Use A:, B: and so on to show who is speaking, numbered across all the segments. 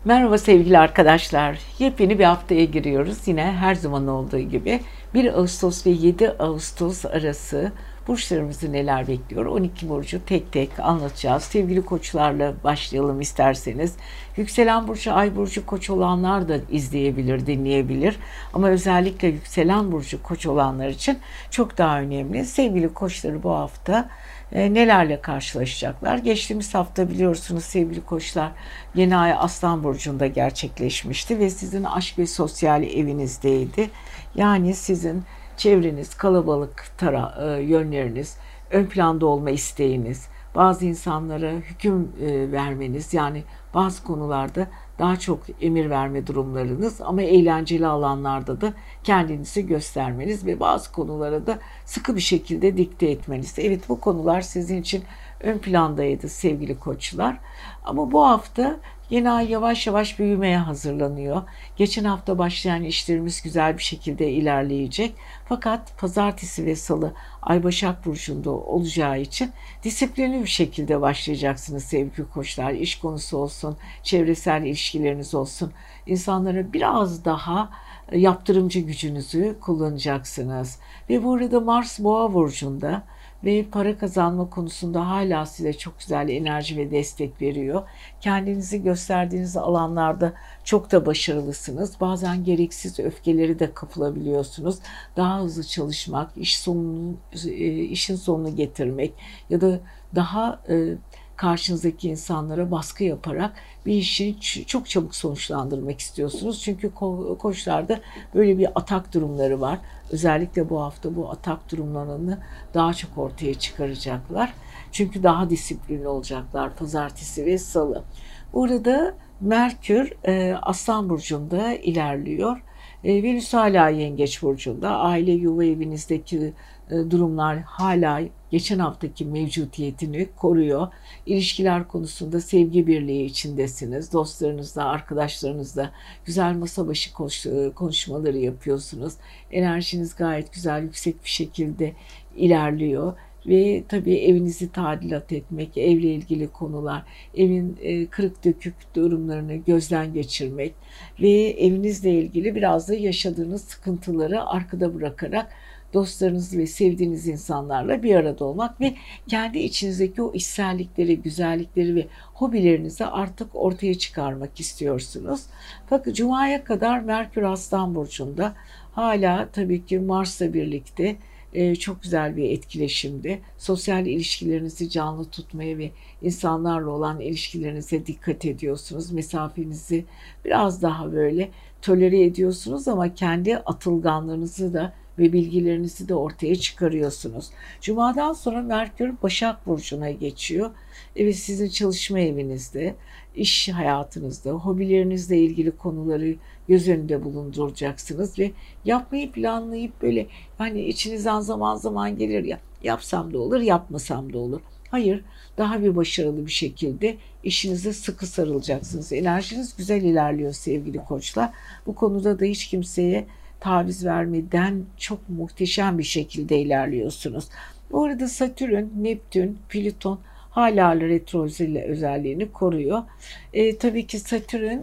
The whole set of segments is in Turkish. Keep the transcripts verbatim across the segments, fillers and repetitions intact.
A: Merhaba sevgili arkadaşlar. Yepyeni bir haftaya giriyoruz. Yine her zaman olduğu gibi bir Ağustos ve yedi Ağustos arası burçlarımızı neler bekliyor? on iki burcu tek tek anlatacağız. Sevgili koçlarla başlayalım isterseniz. Yükselen burcu, ay burcu koç olanlar da izleyebilir, dinleyebilir. Ama özellikle yükselen burcu koç olanlar için çok daha önemli. Sevgili koçları bu hafta e, nelerle karşılaşacaklar? Geçtiğimiz hafta biliyorsunuz sevgili koçlar, yeni ay Aslan burcunda gerçekleşmişti ve sizin aşk ve sosyal evinizdeydi. Yani sizin çevreniz, kalabalık tara e, yönleriniz, ön planda olma isteğiniz, bazı insanlara hüküm e, vermeniz, yani bazı konularda daha çok emir verme durumlarınız ama eğlenceli alanlarda da kendinizi göstermeniz ve bazı konulara da sıkı bir şekilde dikte etmeniz. Evet, bu konular sizin için ön plandaydı sevgili koçlar. Ama bu hafta yeni ay yavaş yavaş büyümeye hazırlanıyor. Geçen hafta başlayan işlerimiz güzel bir şekilde ilerleyecek. Fakat pazartesi ve salı ay Başak Burcu'nda olacağı için disiplinli bir şekilde başlayacaksınız sevgili koçlar. İş konusu olsun, çevresel ilişkileriniz olsun. İnsanlara biraz daha yaptırımcı gücünüzü kullanacaksınız. Ve bu arada Mars Boğa Burcu'nda ve para kazanma konusunda hala size çok güzel enerji ve destek veriyor. Kendinizi gösterdiğiniz alanlarda çok da başarılısınız. Bazen gereksiz öfkeleri de kapılabiliyorsunuz. Daha hızlı çalışmak, iş sonunu, işin sonunu getirmek ya da daha karşınızdaki insanlara baskı yaparak bir işi çok çabuk sonuçlandırmak istiyorsunuz. Çünkü koçlarda böyle bir atak durumları var. Özellikle bu hafta bu atak durumlarını daha çok ortaya çıkaracaklar. Çünkü daha disiplinli olacaklar pazartesi ve salı. Burada Merkür e, Aslan Burcu'nda ilerliyor. E, Venüs hala Yengeç Burcu'nda. Aile yuva evinizdeki e, durumlar hala geçen haftaki mevcutiyetini koruyor. İlişkiler konusunda sevgi birliği içindesiniz. Dostlarınızla, arkadaşlarınızla güzel masa başı konuşmaları yapıyorsunuz. Enerjiniz gayet güzel, yüksek bir şekilde ilerliyor. Ve tabii evinizi tadilat etmek, evle ilgili konular, evin kırık dökük durumlarını gözden geçirmek ve evinizle ilgili biraz da yaşadığınız sıkıntıları arkada bırakarak dostlarınız ve sevdiğiniz insanlarla bir arada olmak ve kendi içinizdeki o içsellikleri, güzellikleri ve hobilerinizi artık ortaya çıkarmak istiyorsunuz. Fakat Cuma'ya kadar Merkür Aslan Burcu'nda hala tabii ki Mars'la birlikte e, çok güzel bir etkileşimde. Sosyal ilişkilerinizi canlı tutmaya ve insanlarla olan ilişkilerinize dikkat ediyorsunuz. Mesafenizi biraz daha böyle tolere ediyorsunuz ama kendi atılganlığınızı da ve bilgilerinizi de ortaya çıkarıyorsunuz. Cuma'dan sonra Merkür Başak Burcu'na geçiyor. Evet, sizin çalışma evinizde, iş hayatınızda, hobilerinizle ilgili konuları göz önünde bulunduracaksınız ve yapmayı planlayıp böyle, hani içinizden zaman zaman gelir ya, yapsam da olur, yapmasam da olur. Hayır, daha bir başarılı bir şekilde işinize sıkı sarılacaksınız. Enerjiniz güzel ilerliyor sevgili koçlar. Bu konuda da hiç kimseye taviz vermeden çok muhteşem bir şekilde ilerliyorsunuz. Bu arada Satürn, Neptün, Plüton hala retro özelliğini koruyor. E, tabii ki Satürn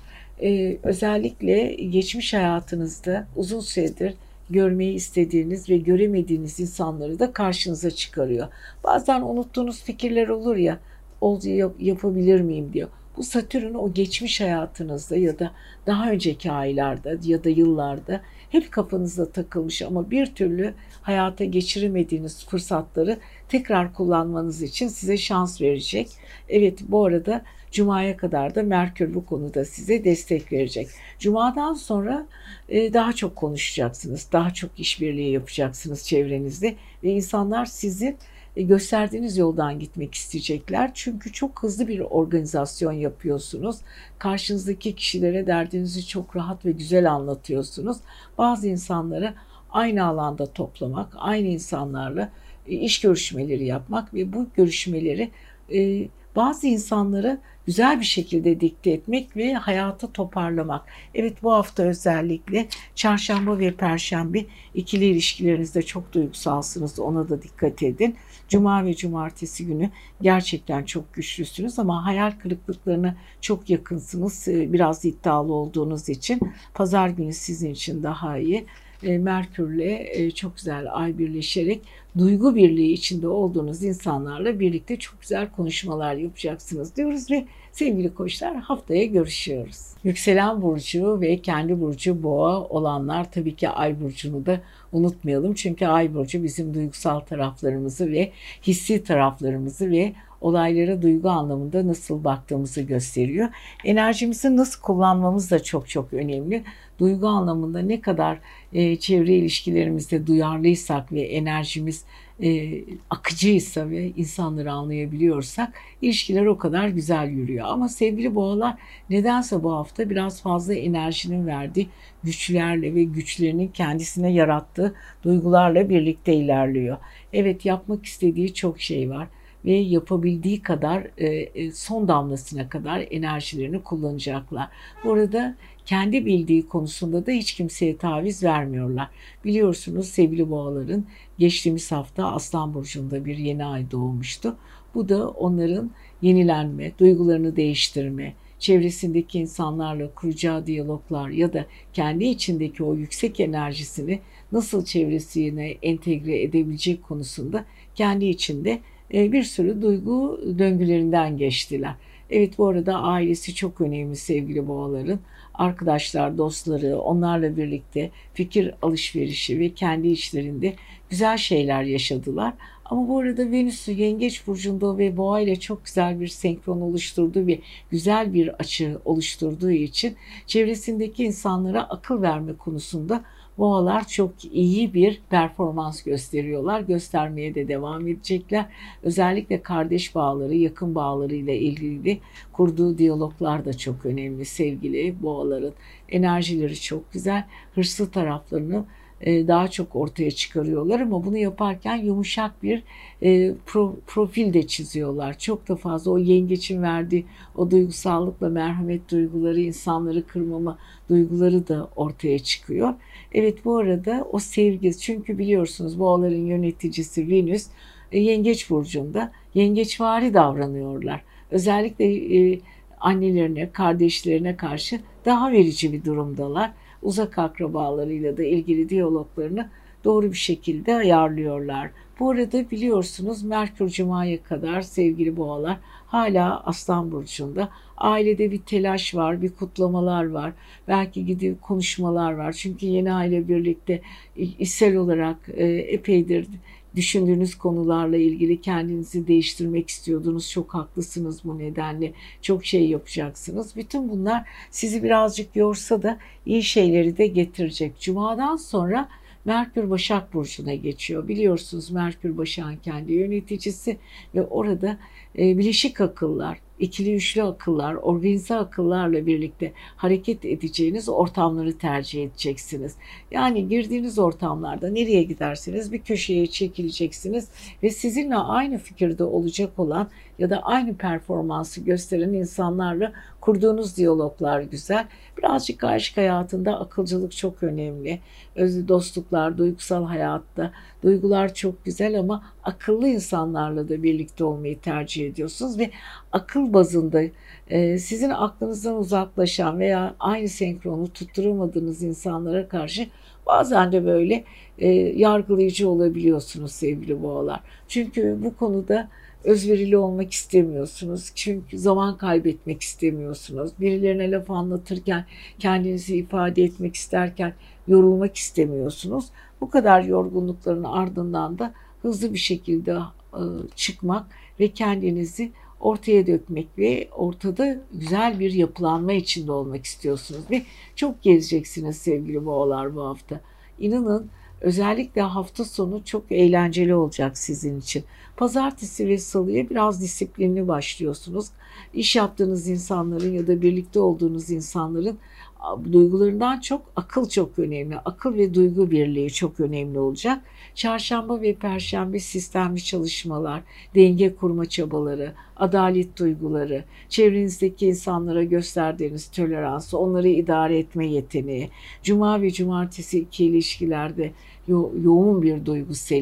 A: e, özellikle geçmiş hayatınızda uzun süredir görmeyi istediğiniz ve göremediğiniz insanları da karşınıza çıkarıyor. Bazen unuttuğunuz fikirler olur ya, yapabilir miyim diyor. Bu Satürn o geçmiş hayatınızda ya da daha önceki aylarda ya da yıllarda hep kafanızda takılmış ama bir türlü hayata geçiremediğiniz fırsatları tekrar kullanmanız için size şans verecek. Evet, bu arada Cuma'ya kadar da Merkür bu konuda size destek verecek. Cuma'dan sonra e, daha çok konuşacaksınız, daha çok işbirliği yapacaksınız çevrenizde ve insanlar sizin gösterdiğiniz yoldan gitmek isteyecekler. Çünkü çok hızlı bir organizasyon yapıyorsunuz. Karşınızdaki kişilere derdinizi çok rahat ve güzel anlatıyorsunuz. Bazı insanları aynı alanda toplamak, aynı insanlarla iş görüşmeleri yapmak ve bu görüşmeleri bazı insanlara güzel bir şekilde dikte etmek ve hayatı toparlamak. Evet, bu hafta özellikle çarşamba ve perşembe ikili ilişkilerinizde çok duygusalsınız. Ona da dikkat edin. Cuma ve cumartesi günü gerçekten çok güçlüsünüz ama hayal kırıklıklarına çok yakınsınız. Ee, Biraz iddialı olduğunuz için pazar günü sizin için daha iyi. Ee, Merkürle e, çok güzel ay birleşerek duygu birliği içinde olduğunuz insanlarla birlikte çok güzel konuşmalar yapacaksınız diyoruz ve sevgili koçlar, haftaya görüşüyoruz. Yükselen burcu ve kendi burcu boğa olanlar tabii ki ay burcunu da unutmayalım. Çünkü ay burcu bizim duygusal taraflarımızı ve hissi taraflarımızı ve olaylara duygu anlamında nasıl baktığımızı gösteriyor. Enerjimizi nasıl kullanmamız da çok çok önemli. Duygu anlamında ne kadar e, çevre ilişkilerimizde duyarlıysak ve enerjimiz e, akıcıysa ve insanları anlayabiliyorsak ilişkiler o kadar güzel yürüyor. Ama sevgili boğalar, nedense bu hafta biraz fazla enerjinin verdiği güçlerle ve güçlerinin kendisine yarattığı duygularla birlikte ilerliyor. Evet, yapmak istediği çok şey var ve yapabildiği kadar e, son damlasına kadar enerjilerini kullanacaklar. Burada kendi bildiği konusunda da hiç kimseye taviz vermiyorlar. Biliyorsunuz sevgili boğaların geçtiğimiz hafta Aslan Burcu'nda bir yeni ay doğmuştu. Bu da onların yenilenme, duygularını değiştirme, çevresindeki insanlarla kuracağı diyaloglar ya da kendi içindeki o yüksek enerjisini nasıl çevresine entegre edebilecek konusunda kendi içinde bir sürü duygu döngülerinden geçtiler. Evet, bu arada ailesi çok önemli sevgili boğaların. Arkadaşlar, dostları, onlarla birlikte fikir alışverişi ve kendi içlerinde güzel şeyler yaşadılar. Ama bu arada Venüs'ü Yengeç Burcu'nda ve Boğa ile çok güzel bir senkron oluşturduğu ve güzel bir açı oluşturduğu için çevresindeki insanlara akıl verme konusunda Boğalar çok iyi bir performans gösteriyorlar. Göstermeye de devam edecekler. Özellikle kardeş bağları, yakın bağlarıyla ilgili kurduğu diyaloglar da çok önemli sevgili boğaların. Enerjileri çok güzel. Hırslı taraflarını daha çok ortaya çıkarıyorlar ama bunu yaparken yumuşak bir e, pro, profil de çiziyorlar. Çok da fazla o yengeçin verdiği o duygusallıkla merhamet duyguları, insanları kırmama duyguları da ortaya çıkıyor. Evet, bu arada o sevgi, çünkü biliyorsunuz boğaların yöneticisi Venüs e, Yengeç Burcu'nda yengeçvari davranıyorlar. Özellikle e, annelerine, kardeşlerine karşı daha verici bir durumdalar. Uzak akrabalarıyla da ilgili diyaloglarını doğru bir şekilde ayarlıyorlar. Bu arada biliyorsunuz Merkür Cuma'ya kadar sevgili boğalar hala Aslan Burcu'nda. Ailede bir telaş var, bir kutlamalar var. Belki gidip konuşmalar var. Çünkü yeni aile birlikte içsel olarak epeydir düşündüğünüz konularla ilgili kendinizi değiştirmek istiyordunuz. Çok haklısınız bu nedenle. Çok şey yapacaksınız. Bütün bunlar sizi birazcık yorsa da iyi şeyleri de getirecek. Cuma'dan sonra Merkür Başak Burcu'na geçiyor. Biliyorsunuz Merkür Başak'ın kendi yöneticisi ve orada e, bileşik akıllar, ikili üçlü akıllar, organize akıllarla birlikte hareket edeceğiniz ortamları tercih edeceksiniz. Yani girdiğiniz ortamlarda nereye giderseniz bir köşeye çekileceksiniz ve sizinle aynı fikirde olacak olan ya da aynı performansı gösteren insanlarla kurduğunuz diyaloglar güzel. Birazcık aşk hayatında akılcılık çok önemli. Öz dostluklar, duygusal hayatta duygular çok güzel ama akıllı insanlarla da birlikte olmayı tercih ediyorsunuz ve akıl bazında e, sizin aklınızdan uzaklaşan veya aynı senkronu tutturamadığınız insanlara karşı bazen de böyle e, yargılayıcı olabiliyorsunuz sevgili boğalar. Çünkü bu konuda özverili olmak istemiyorsunuz. Çünkü zaman kaybetmek istemiyorsunuz. Birilerine laf anlatırken, kendinizi ifade etmek isterken yorulmak istemiyorsunuz. Bu kadar yorgunlukların ardından da hızlı bir şekilde e, çıkmak ve kendinizi ortaya dökmek ve ortada güzel bir yapılanma içinde olmak istiyorsunuz ve çok gezeceksiniz sevgili boğalar bu hafta. İnanın, özellikle hafta sonu çok eğlenceli olacak sizin için. Pazartesi ve salıya biraz disiplinli başlıyorsunuz. İş yaptığınız insanların ya da birlikte olduğunuz insanların duygularından çok akıl çok önemli. Akıl ve duygu birliği çok önemli olacak. Çarşamba ve perşembe sistemli çalışmalar, denge kurma çabaları, adalet duyguları, çevrenizdeki insanlara gösterdiğiniz toleransı, onları idare etme yeteneği, cuma ve cumartesi iki ilişkilerde yo- yoğun bir duygu seli,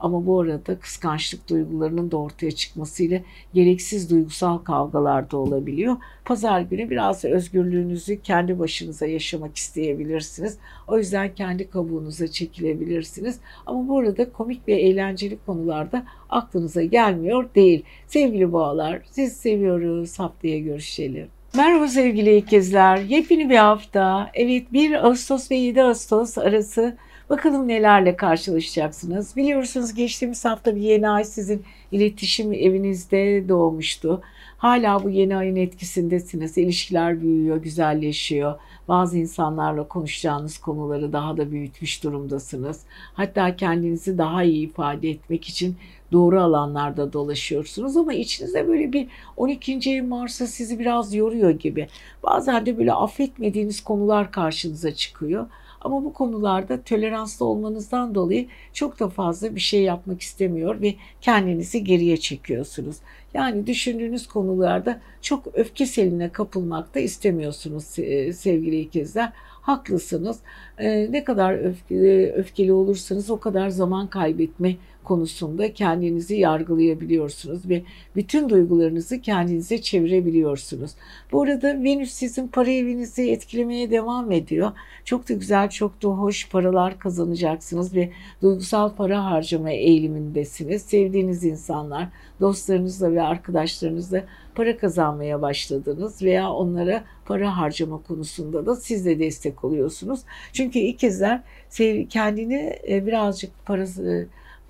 A: Ama bu arada kıskançlık duygularının da ortaya çıkmasıyla gereksiz duygusal kavgalar da olabiliyor. Pazar günü biraz özgürlüğünüzü kendi başınıza yaşamak isteyebilirsiniz. O yüzden kendi kabuğunuza çekilebilirsiniz. Ama bu arada komik ve eğlenceli konularda aklınıza gelmiyor değil. Sevgili boğalar, sizi seviyoruz. Haftaya görüşelim. Merhaba sevgili ikizler. Yepyeni bir hafta. Evet, bir Ağustos ve yedi Ağustos arası bakalım nelerle karşılaşacaksınız. Biliyorsunuz geçtiğimiz hafta bir yeni ay sizin iletişim evinizde doğmuştu. Hala bu yeni ayın etkisindesiniz. İlişkiler büyüyor, güzelleşiyor. Bazı insanlarla konuşacağınız konuları daha da büyütmüş durumdasınız. Hatta kendinizi daha iyi ifade etmek için doğru alanlarda dolaşıyorsunuz ama içinizde böyle bir on ikinci ev Mars'a sizi biraz yoruyor gibi. Bazen de böyle affetmediğiniz konular karşınıza çıkıyor. Ama bu konularda toleranslı olmanızdan dolayı çok da fazla bir şey yapmak istemiyor ve kendinizi geriye çekiyorsunuz. Yani düşündüğünüz konularda çok öfke seline kapılmak da istemiyorsunuz sevgili ikizler. Haklısınız. Ne kadar öfke, öfkeli olursanız o kadar zaman kaybetme konusunda kendinizi yargılayabiliyorsunuz ve bütün duygularınızı kendinize çevirebiliyorsunuz. Bu arada Venüs sizin para evinizi etkilemeye devam ediyor. Çok da güzel, çok da hoş paralar kazanacaksınız ve duygusal para harcama eğilimindesiniz. Sevdiğiniz insanlar, dostlarınızla ve arkadaşlarınızla para kazanmaya başladınız veya onlara para harcama konusunda da siz de destek oluyorsunuz. Çünkü ikizler kendini birazcık parası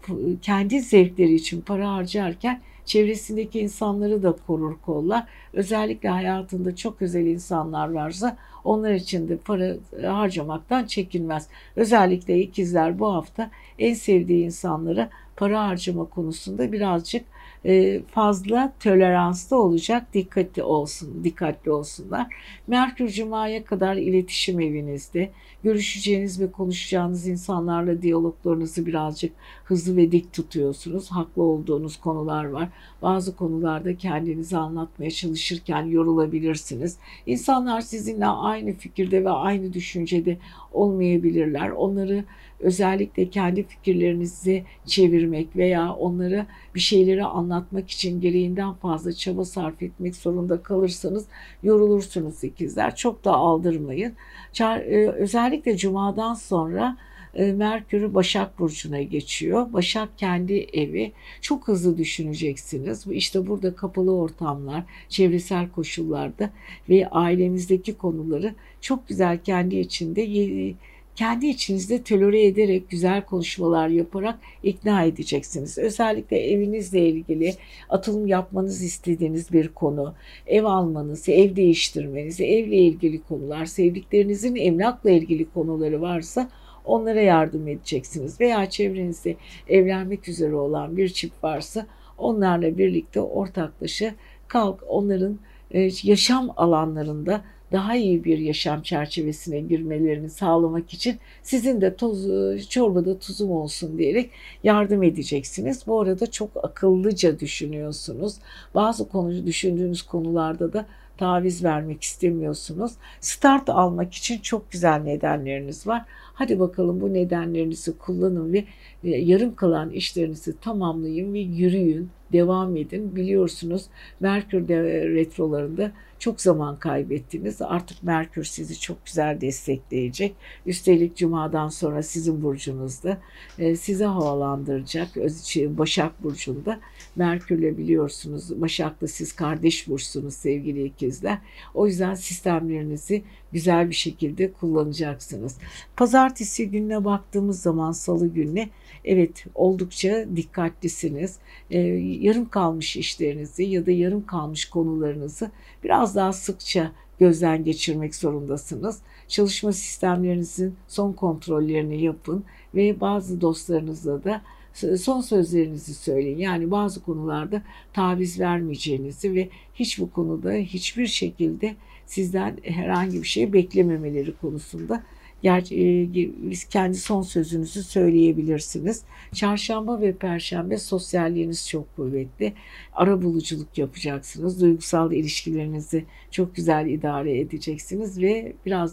A: kendi zevkleri için para harcarken çevresindeki insanları da korur kollar. Özellikle hayatında çok özel insanlar varsa onlar için de para harcamaktan çekinmez. Özellikle ikizler bu hafta en sevdiği insanlara para harcama konusunda birazcık fazla toleranslı olacak, dikkatli olsun, dikkatli olsunlar. Merkür Cuma'ya kadar iletişim evinizde. Görüşeceğiniz ve konuşacağınız insanlarla diyaloglarınızı birazcık hızlı ve dik tutuyorsunuz. Haklı olduğunuz konular var. Bazı konularda kendinizi anlatmaya çalışırken yorulabilirsiniz. İnsanlar sizinle aynı fikirde ve aynı düşüncede olmayabilirler. Onları özellikle kendi fikirlerinizi çevirmek veya onlara bir şeyleri anlatmak için gereğinden fazla çaba sarf etmek zorunda kalırsanız yorulursunuz ikizler. Çok da aldırmayın. Özellikle Cuma'dan sonra Merkür Başak Burcu'na geçiyor. Başak kendi evi. Çok hızlı düşüneceksiniz. İşte burada kapalı ortamlar, çevresel koşullarda ve ailemizdeki konuları çok güzel kendi içinde kendi içinizde tolere ederek güzel konuşmalar yaparak ikna edeceksiniz. Özellikle evinizle ilgili atılım yapmanız istediğiniz bir konu, ev almanız, ev değiştirmeniz, evle ilgili konular, sevdiklerinizin emlakla ilgili konuları varsa onlara yardım edeceksiniz. Veya çevrenizde evlenmek üzere olan bir çift varsa onlarla birlikte ortaklaşa kalk onların yaşam alanlarında daha iyi bir yaşam çerçevesine girmelerini sağlamak için sizin de toz, çorbada tuzum olsun diyerek yardım edeceksiniz. Bu arada çok akıllıca düşünüyorsunuz. Bazı konu düşündüğünüz konularda da taviz vermek istemiyorsunuz. Start almak için çok güzel nedenleriniz var. Hadi bakalım bu nedenlerinizi kullanın ve yarım kalan işlerinizi tamamlayın ve yürüyün, devam edin. Biliyorsunuz Merkür de retrolarında çok zaman kaybettiniz. Artık Merkür sizi çok güzel destekleyecek. Üstelik Cuma'dan sonra sizin burcunuzda sizi havalandıracak. Başak Burcu'nda Merkür'le biliyorsunuz Başak'la siz kardeş burçsunuz sevgili ikizler. O yüzden sistemlerinizi güzel bir şekilde kullanacaksınız. Pazartesi gününe baktığımız zaman salı gününe evet oldukça dikkatlisiniz. Ee, yarım kalmış işlerinizi ya da yarım kalmış konularınızı biraz daha sıkça gözden geçirmek zorundasınız. Çalışma sistemlerinizin son kontrollerini yapın ve bazı dostlarınızla da son sözlerinizi söyleyin. Yani bazı konularda taviz vermeyeceğinizi ve hiç bu konuda hiçbir şekilde sizden herhangi bir şey beklememeleri konusunda biz kendi son sözünüzü söyleyebilirsiniz. Çarşamba ve Perşembe sosyalliğiniz çok kuvvetli. Arabuluculuk yapacaksınız. Duygusal ilişkilerinizi çok güzel idare edeceksiniz ve biraz da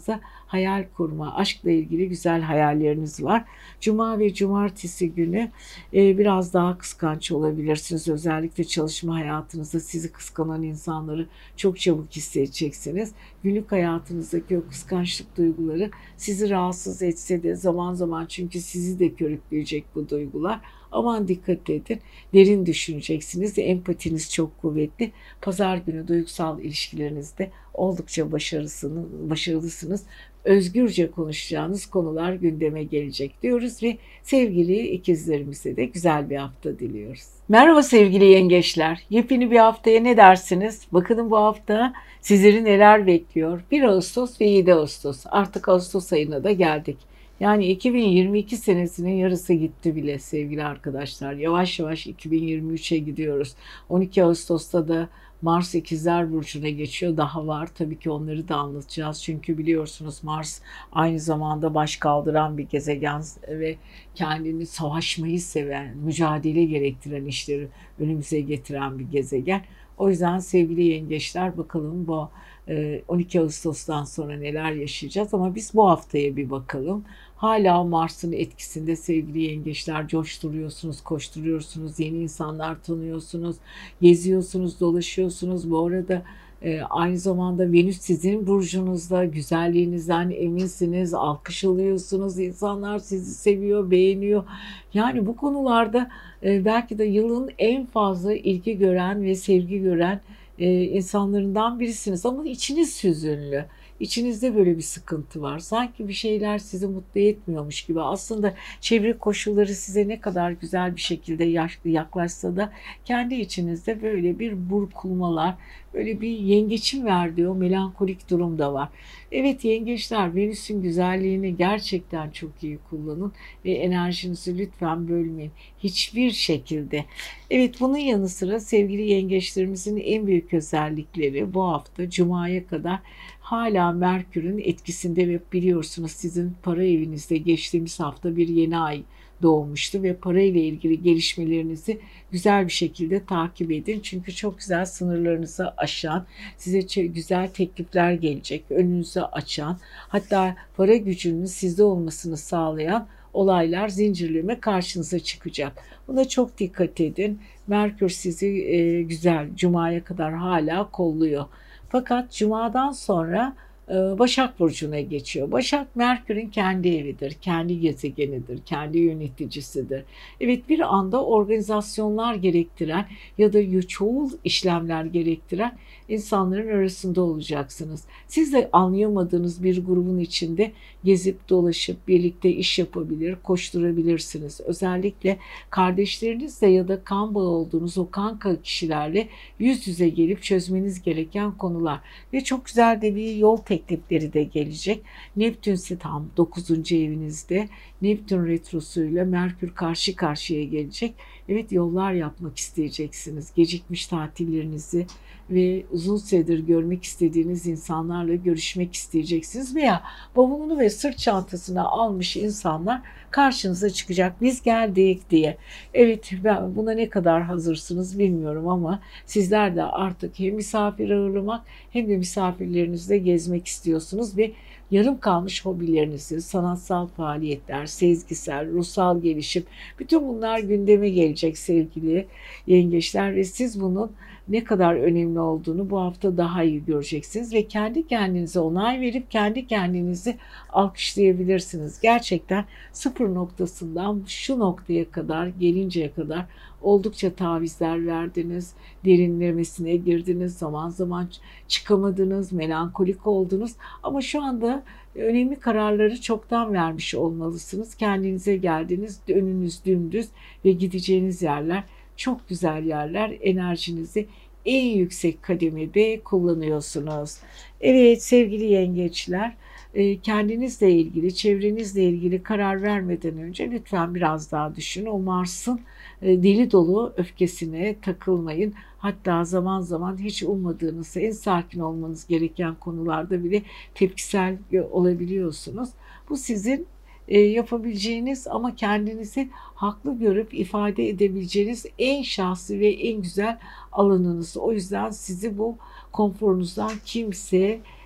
A: hayal kurma, aşkla ilgili güzel hayalleriniz var. Cuma ve cumartesi günü e, biraz daha kıskanç olabilirsiniz. Özellikle çalışma hayatınızda sizi kıskanan insanları çok çabuk hissedeceksiniz. Günlük hayatınızdaki o kıskançlık duyguları sizi rahatsız etse de zaman zaman, çünkü sizi de körükleyecek bu duygular. Aman dikkat edin. Derin düşüneceksiniz. Empatiniz çok kuvvetli. Pazar günü duygusal ilişkilerinizde oldukça başarısınız, başarılısınız. Özgürce konuşacağınız konular gündeme gelecek diyoruz ve sevgili ikizlerimize de güzel bir hafta diliyoruz. Merhaba sevgili yengeçler. Yepyeni bir haftaya ne dersiniz? Bakalım bu hafta sizleri neler bekliyor? bir Ağustos ve yedi Ağustos. Artık Ağustos ayına da geldik. Yani iki bin yirmi iki senesinin yarısı gitti bile sevgili arkadaşlar. Yavaş yavaş iki bin yirmi üçe gidiyoruz. on iki Ağustos'ta da Mars İkizler Burcu'na geçiyor. Daha var. Tabii ki onları da anlatacağız. Çünkü biliyorsunuz Mars aynı zamanda baş kaldıran bir gezegen ve kendini savaşmayı seven, mücadele gerektiren işleri önümüze getiren bir gezegen. O yüzden sevgili yengeçler, bakalım bu on iki Ağustos'tan sonra neler yaşayacağız, ama biz bu haftaya bir bakalım. Hala Mars'ın etkisinde sevgili yengeçler, coşturuyorsunuz, koşturuyorsunuz, yeni insanlar tanıyorsunuz, geziyorsunuz, dolaşıyorsunuz. Bu arada e, aynı zamanda Venüs sizin burcunuzda, güzelliğinizden eminsiniz, alkış alıyorsunuz, insanlar sizi seviyor, beğeniyor. Yani bu konularda e, belki de yılın en fazla ilgi gören ve sevgi gören e, insanlarından birisiniz, ama içiniz hüzünlü. İçinizde böyle bir sıkıntı var. Sanki bir şeyler sizi mutlu etmiyormuş gibi. Aslında çevre koşulları size ne kadar güzel bir şekilde yaklaşsa da kendi içinizde böyle bir burkulmalar, böyle bir yengeçin verdiği o melankolik durum da var. Evet yengeçler, Venüs'ün güzelliğini gerçekten çok iyi kullanın ve enerjinizi lütfen bölmeyin. Hiçbir şekilde. Evet, bunun yanı sıra sevgili yengeçlerimizin en büyük özellikleri bu hafta Cuma'ya kadar hala Merkür'ün etkisinde ve biliyorsunuz sizin para evinizde geçtiğimiz hafta bir yeni ay doğmuştu ve parayla ilgili gelişmelerinizi güzel bir şekilde takip edin. Çünkü çok güzel sınırlarınızı aşan, size güzel teklifler gelecek, önünüzü açan, hatta para gücünün sizde olmasını sağlayan olaylar zincirleme karşınıza çıkacak. Buna çok dikkat edin. Merkür sizi e, güzel Cuma'ya kadar hala kolluyor. Fakat Cuma'dan sonra Başak Burcu'na geçiyor. Başak Merkür'ün kendi evidir, kendi gezegenidir, kendi yöneticisidir. Evet, bir anda organizasyonlar gerektiren ya da çoğul işlemler gerektiren insanların arasında olacaksınız. Siz de anlayamadığınız bir grubun içinde gezip dolaşıp birlikte iş yapabilir, koşturabilirsiniz. Özellikle kardeşlerinizle ya da kan bağı olduğunuz o kanka kişilerle yüz yüze gelip çözmeniz gereken konular ve çok güzel de bir yol teklifleri de gelecek. Neptün ise tam dokuzuncu evinizde. Neptün retrosuyla Merkür karşı karşıya gelecek. Evet, yollar yapmak isteyeceksiniz. Gecikmiş tatillerinizi ve uzun süredir görmek istediğiniz insanlarla görüşmek isteyeceksiniz veya bavulunu ve sırt çantasına almış insanlar karşınıza çıkacak. Biz geldik diye. Evet, ben buna ne kadar hazırsınız bilmiyorum, ama sizler de artık hem misafir ağırlamak hem de misafirlerinizle gezmek istiyorsunuz ve yarım kalmış hobilerinizi, sanatsal faaliyetler, sezgisel, ruhsal gelişim, bütün bunlar gündeme gelecek sevgili yengeçler ve siz bunun ne kadar önemli olduğunu bu hafta daha iyi göreceksiniz ve kendi kendinize onay verip kendi kendinizi alkışlayabilirsiniz. Gerçekten sıfır noktasından şu noktaya kadar gelinceye kadar oldukça tavizler verdiniz, derinlemesine girdiniz, zaman zaman çıkamadınız, melankolik oldunuz, ama şu anda önemli kararları çoktan vermiş olmalısınız. Kendinize geldiniz, önünüz dümdüz ve gideceğiniz yerler çok güzel yerler. Enerjinizi en yüksek kademede kullanıyorsunuz. Evet sevgili yengeçler, kendinizle ilgili, çevrenizle ilgili karar vermeden önce lütfen biraz daha düşünün. O Mars'ın deli dolu öfkesine takılmayın. Hatta zaman zaman hiç ummadığınız, en sakin olmanız gereken konularda bile tepkisel olabiliyorsunuz. Bu sizin yapabileceğiniz ama kendinizi haklı görüp ifade edebileceğiniz en şahsi ve en güzel alanınız. O yüzden sizi bu konforunuzdan kimse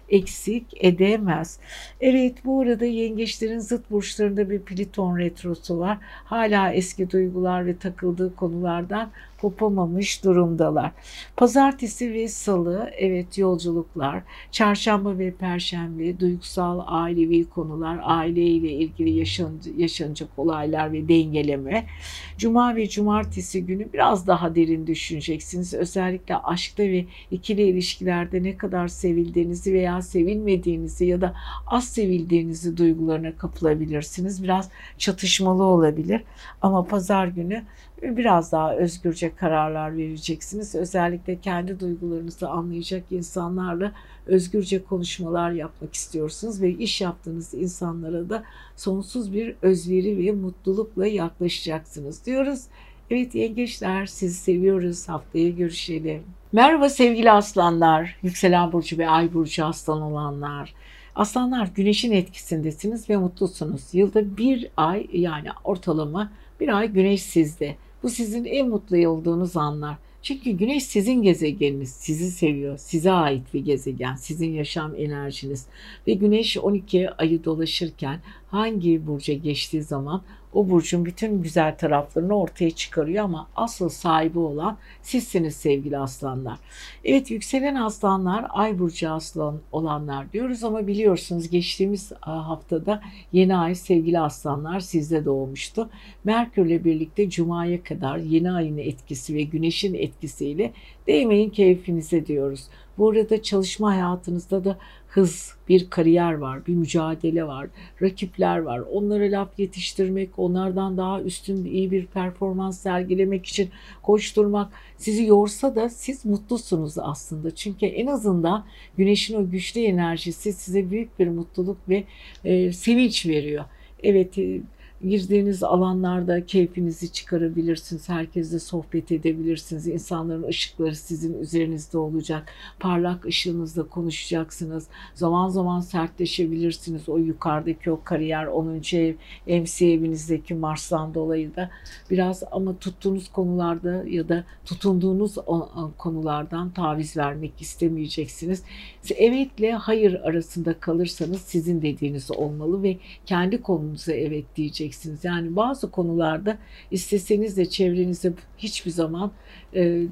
A: eksik edemez. Evet, bu arada yengeçlerin zıt burçlarında bir Plüton retrosu var. Hala eski duygular ve takıldığı konulardan kopamamış durumdalar. Pazartesi ve salı, evet, yolculuklar. Çarşamba ve perşembe duygusal ailevi konular, aileyle ilgili yaşan, yaşanacak olaylar ve dengeleme. Cuma ve cumartesi günü biraz daha derin düşüneceksiniz. Özellikle aşkta ve ikili ilişkilerde ne kadar sevildiğinizi veya sevilmediğinizi ya da az sevildiğinizi duygularına kapılabilirsiniz. Biraz çatışmalı olabilir ama pazar günü biraz daha özgürce kararlar vereceksiniz. Özellikle kendi duygularınızı anlayacak insanlarla özgürce konuşmalar yapmak istiyorsunuz ve iş yaptığınız insanlara da sonsuz bir özveri ve mutlulukla yaklaşacaksınız diyoruz. Evet yengeçler, sizi seviyoruz. Haftaya görüşelim. Merhaba sevgili aslanlar, yükselen burcu ve ay burcu aslan olanlar. Aslanlar, güneşin etkisindesiniz ve mutlusunuz. Yılda bir ay, yani ortalama bir ay güneş sizde. Bu sizin en mutlu olduğunuz anlar. Çünkü güneş sizin gezegeniniz, sizi seviyor, size ait bir gezegen, sizin yaşam enerjiniz. Ve güneş on iki ayı dolaşırken hangi burca geçtiği zaman o burcun bütün güzel taraflarını ortaya çıkarıyor ama asıl sahibi olan sizsiniz sevgili aslanlar. Evet, yükselen aslanlar, ay burcu aslan olanlar diyoruz ama biliyorsunuz geçtiğimiz haftada yeni ay sevgili aslanlar sizde doğmuştu. Merkürle birlikte Cuma'ya kadar yeni ayın etkisi ve güneşin etkisiyle değmeyin keyfinize diyoruz. Bu arada çalışma hayatınızda da hız, bir kariyer var, bir mücadele var, rakipler var. Onlara laf yetiştirmek, onlardan daha üstün iyi bir performans sergilemek için koşturmak sizi yorsa da siz mutlusunuz aslında. Çünkü en azından güneşin o güçlü enerjisi size büyük bir mutluluk ve e, sevinç veriyor. Evet, e, girdiğiniz alanlarda keyfinizi çıkarabilirsiniz. Herkesle sohbet edebilirsiniz. İnsanların ışıkları sizin üzerinizde olacak. Parlak ışığınızla konuşacaksınız. Zaman zaman sertleşebilirsiniz. O yukarıdaki o kariyer onuncu ev, M C evinizdeki Mars'tan dolayı da biraz, ama tuttuğunuz konularda ya da tutunduğunuz konulardan taviz vermek istemeyeceksiniz. Evetle hayır arasında kalırsanız sizin dediğiniz olmalı ve kendi konunuza evet diyeceksiniz. Yani bazı konularda isteseniz de çevrenize hiçbir zaman e,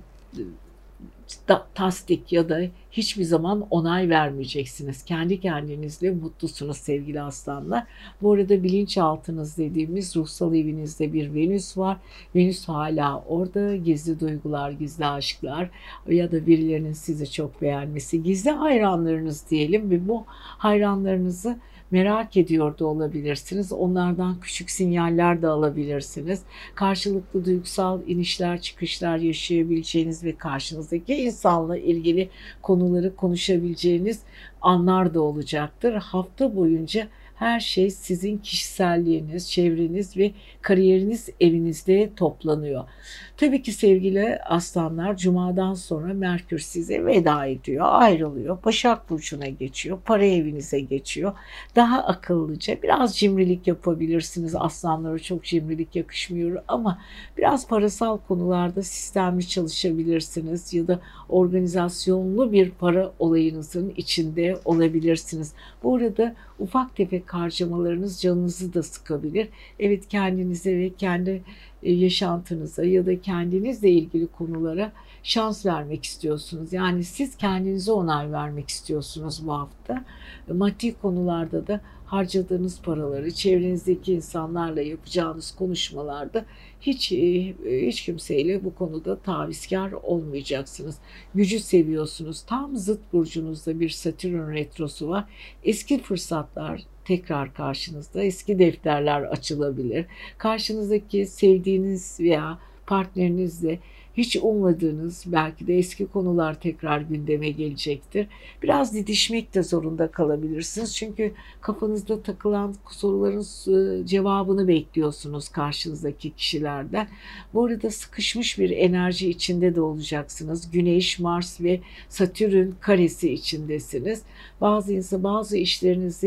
A: da, tasdik ya da hiçbir zaman onay vermeyeceksiniz. Kendi kendinizle mutlusunuz sevgili aslanlar. Bu arada bilinçaltınız dediğimiz ruhsal evinizde bir Venüs var. Venüs hala orada. Gizli duygular, gizli aşklar ya da birilerinin sizi çok beğenmesi, gizli hayranlarınız diyelim ve bu hayranlarınızı merak ediyor da olabilirsiniz. Onlardan küçük sinyaller de alabilirsiniz. Karşılıklı duygusal inişler çıkışlar yaşayabileceğiniz ve karşınızdaki insanla ilgili konuları konuşabileceğiniz anlar da olacaktır. Hafta boyunca her şey sizin kişiselliğiniz, çevreniz ve kariyeriniz evinizde toplanıyor. Tabii ki sevgili aslanlar, Cuma'dan sonra Merkür size veda ediyor, ayrılıyor. Başak Burcu'na geçiyor, para evinize geçiyor. Daha akıllıca, biraz cimrilik yapabilirsiniz. Aslanlara çok cimrilik yakışmıyor ama biraz parasal konularda sistemli çalışabilirsiniz ya da organizasyonlu bir para olayınızın içinde olabilirsiniz. Bu arada ufak tefek harcamalarınız canınızı da sıkabilir. Evet, kendinize ve kendi yaşantınıza ya da kendinizle ilgili konulara şans vermek istiyorsunuz. Yani siz kendinize onay vermek istiyorsunuz bu hafta. Maddi konularda da harcadığınız paraları çevrenizdeki insanlarla yapacağınız konuşmalarda hiç hiç kimseyle bu konuda tavizkar olmayacaksınız. Gücü seviyorsunuz. Tam zıt burcunuzda bir Satürn retrosu var. Eski fırsatlar tekrar karşınızda, eski defterler açılabilir. Karşınızdaki sevdiğiniz veya partnerinizle hiç ummadığınız belki de eski konular tekrar gündeme gelecektir. Biraz didişmek de zorunda kalabilirsiniz. Çünkü kafanızda takılan soruların cevabını bekliyorsunuz karşınızdaki kişilerden. Bu arada sıkışmış bir enerji içinde de olacaksınız. Güneş, Mars ve Satürn karesi içindesiniz. Bazı insan bazı işlerinizi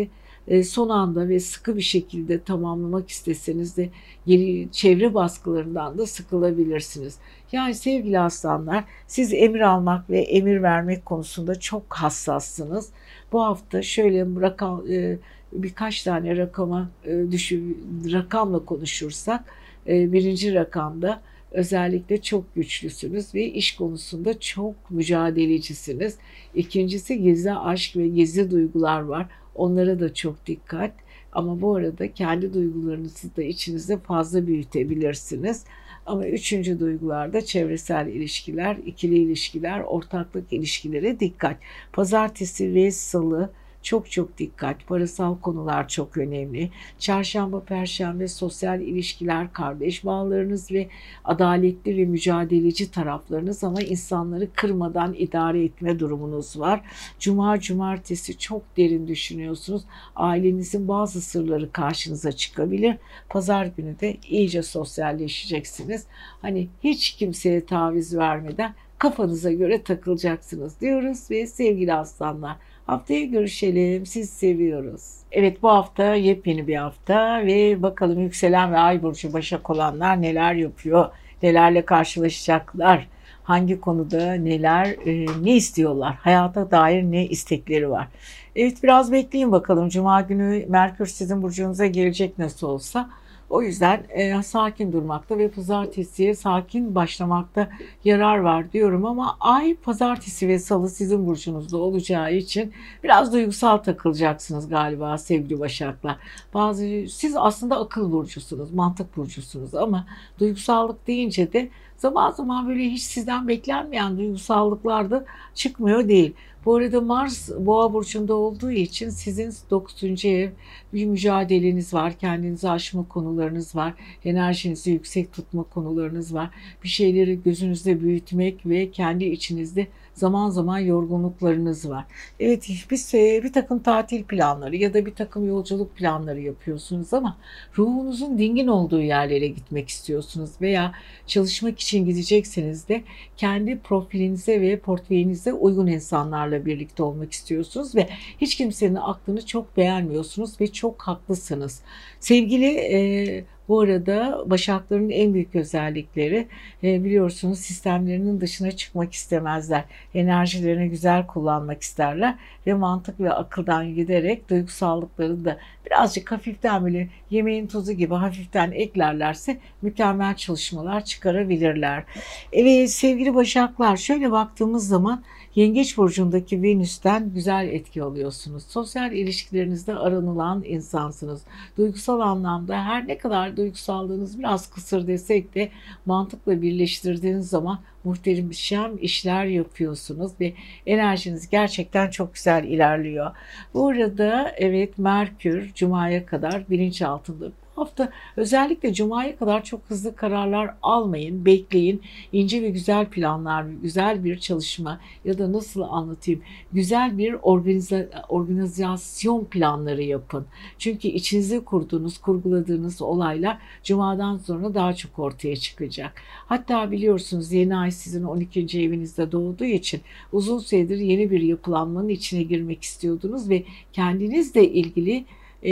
A: e, son anda ve sıkı bir şekilde tamamlamak isteseniz de geri, çevre baskılarından da sıkılabilirsiniz. Yani sevgili aslanlar, siz emir almak ve emir vermek konusunda çok hassassınız. Bu hafta şöyle rakam, e, birkaç tane rakama e, düşün, rakamla konuşursak, e, birinci rakamda özellikle çok güçlüsünüz ve iş konusunda çok mücadelecisiniz. İkincisi gizli aşk ve gizli duygular var. Onlara da çok dikkat. Ama bu arada kendi duygularınızı da içinizde fazla büyütebilirsiniz. Ama üçüncü duygularda çevresel ilişkiler, ikili ilişkiler, ortaklık ilişkilere dikkat. Pazartesi ve salı çok çok dikkat. Parasal konular çok önemli. Çarşamba, perşembe sosyal ilişkiler, kardeş bağlarınız ve adaletli ve mücadeleci taraflarınız, ama insanları kırmadan idare etme durumunuz var. Cuma, cumartesi çok derin düşünüyorsunuz. Ailenizin bazı sırları karşınıza çıkabilir. Pazar günü de iyice sosyalleşeceksiniz. Hani hiç kimseye taviz vermeden kafanıza göre takılacaksınız diyoruz ve sevgili aslanlar, haftaya görüşelim. Siz seviyoruz. Evet, bu hafta yepyeni bir hafta ve bakalım yükselen ve ay burcu Başak olanlar neler yapıyor, nelerle karşılaşacaklar, hangi konuda neler, e, ne istiyorlar, hayata dair ne istekleri var. Evet, biraz bekleyin bakalım. Cuma günü Merkür sizin burcunuza gelecek nasıl olsa. O yüzden e, sakin durmakta ve pazartesiye sakin başlamakta yarar var diyorum, ama ay pazartesi ve salı sizin burcunuzda olacağı için biraz duygusal takılacaksınız galiba sevgili Başaklar. Bazı, siz aslında akıl burcusunuz, mantık burcusunuz, ama duygusallık deyince de zaman zaman böyle hiç sizden beklenmeyen duygusallıklar da çıkmıyor değil. Bu arada Mars Boğa burcunda olduğu için sizin dokuzuncu ev, bir mücadeleniz var, kendinizi aşma konularınız var, enerjinizi yüksek tutma konularınız var. Bir şeyleri gözünüzde büyütmek ve kendi içinizde zaman zaman yorgunluklarınız var. Evet, bir, bir takım tatil planları ya da bir takım yolculuk planları yapıyorsunuz, ama ruhunuzun dingin olduğu yerlere gitmek istiyorsunuz veya çalışmak için gidecekseniz de kendi profilinize ve portföyünüze uygun insanlarla birlikte olmak istiyorsunuz ve hiç kimsenin aklını çok beğenmiyorsunuz ve çok haklısınız. Sevgili e, bu arada Başakların en büyük özellikleri, e, biliyorsunuz, sistemlerinin dışına çıkmak istemezler. Enerjilerini güzel kullanmak isterler ve mantık ve akıldan giderek duygusallıkları da birazcık hafiften, böyle yemeğin tuzu gibi hafiften eklerlerse mükemmel çalışmalar çıkarabilirler. Evet sevgili Başaklar, şöyle baktığımız zaman Yengeç burcundaki Venüs'ten güzel etki alıyorsunuz. Sosyal ilişkilerinizde aranılan insansınız. Duygusal anlamda her ne kadar duygusallığınız biraz kısır desek de mantıkla birleştirdiğiniz zaman muhteşem işler yapıyorsunuz ve enerjiniz gerçekten çok güzel ilerliyor. Bu arada evet, Merkür Cuma'ya kadar bilinçaltında. Bu hafta özellikle Cuma'ya kadar çok hızlı kararlar almayın, bekleyin. İnce ve güzel planlar, güzel bir çalışma ya da nasıl anlatayım, güzel bir organiza organizasyon planları yapın. Çünkü içinizde kurduğunuz, kurguladığınız olaylar Cuma'dan sonra daha çok ortaya çıkacak. Hatta biliyorsunuz yeni ay sizin on ikinci evinizde doğduğu için uzun süredir yeni bir yapılanmanın içine girmek istiyordunuz ve kendinizle ilgili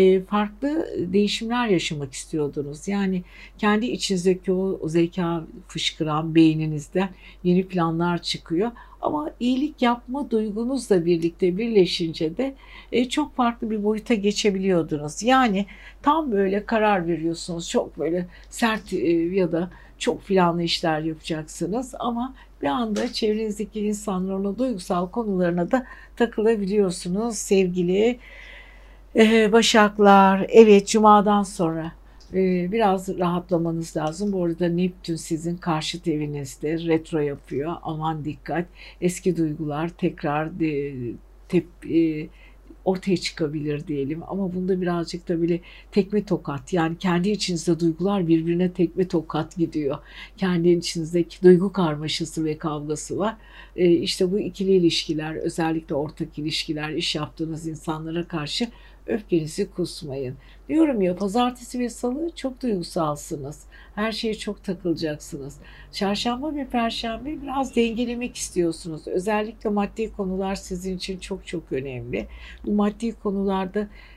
A: farklı değişimler yaşamak istiyordunuz. Yani kendi içinizdeki o zeka fışkıran beyninizden yeni planlar çıkıyor. Ama iyilik yapma duygunuzla birlikte birleşince de çok farklı bir boyuta geçebiliyordunuz. Yani tam böyle karar veriyorsunuz, çok böyle sert ya da çok planlı işler yapacaksınız, ama bir anda çevrenizdeki insanların duygusal konularına da takılabiliyorsunuz sevgili Ee, Başaklar. Evet, Cuma'dan sonra e, biraz rahatlamanız lazım. Bu arada Neptün sizin karşıt evinizde retro yapıyor. Aman dikkat. Eski duygular tekrar de, tep, e, ortaya çıkabilir diyelim. Ama bunda birazcık da böyle tekme tokat, yani kendi içinizde duygular birbirine tekme tokat gidiyor. Kendi içinizdeki duygu karmaşası ve kavgası var. Ee, işte bu ikili ilişkiler, özellikle ortak ilişkiler, iş yaptığınız insanlara karşı öfkenizi kusmayın. Diyorum ya, pazartesi ve salı çok duygusalsınız. Her şeye çok takılacaksınız. Çarşamba ve perşembe biraz dengelemek istiyorsunuz. Özellikle maddi konular sizin için çok çok önemli. Bu maddi konularda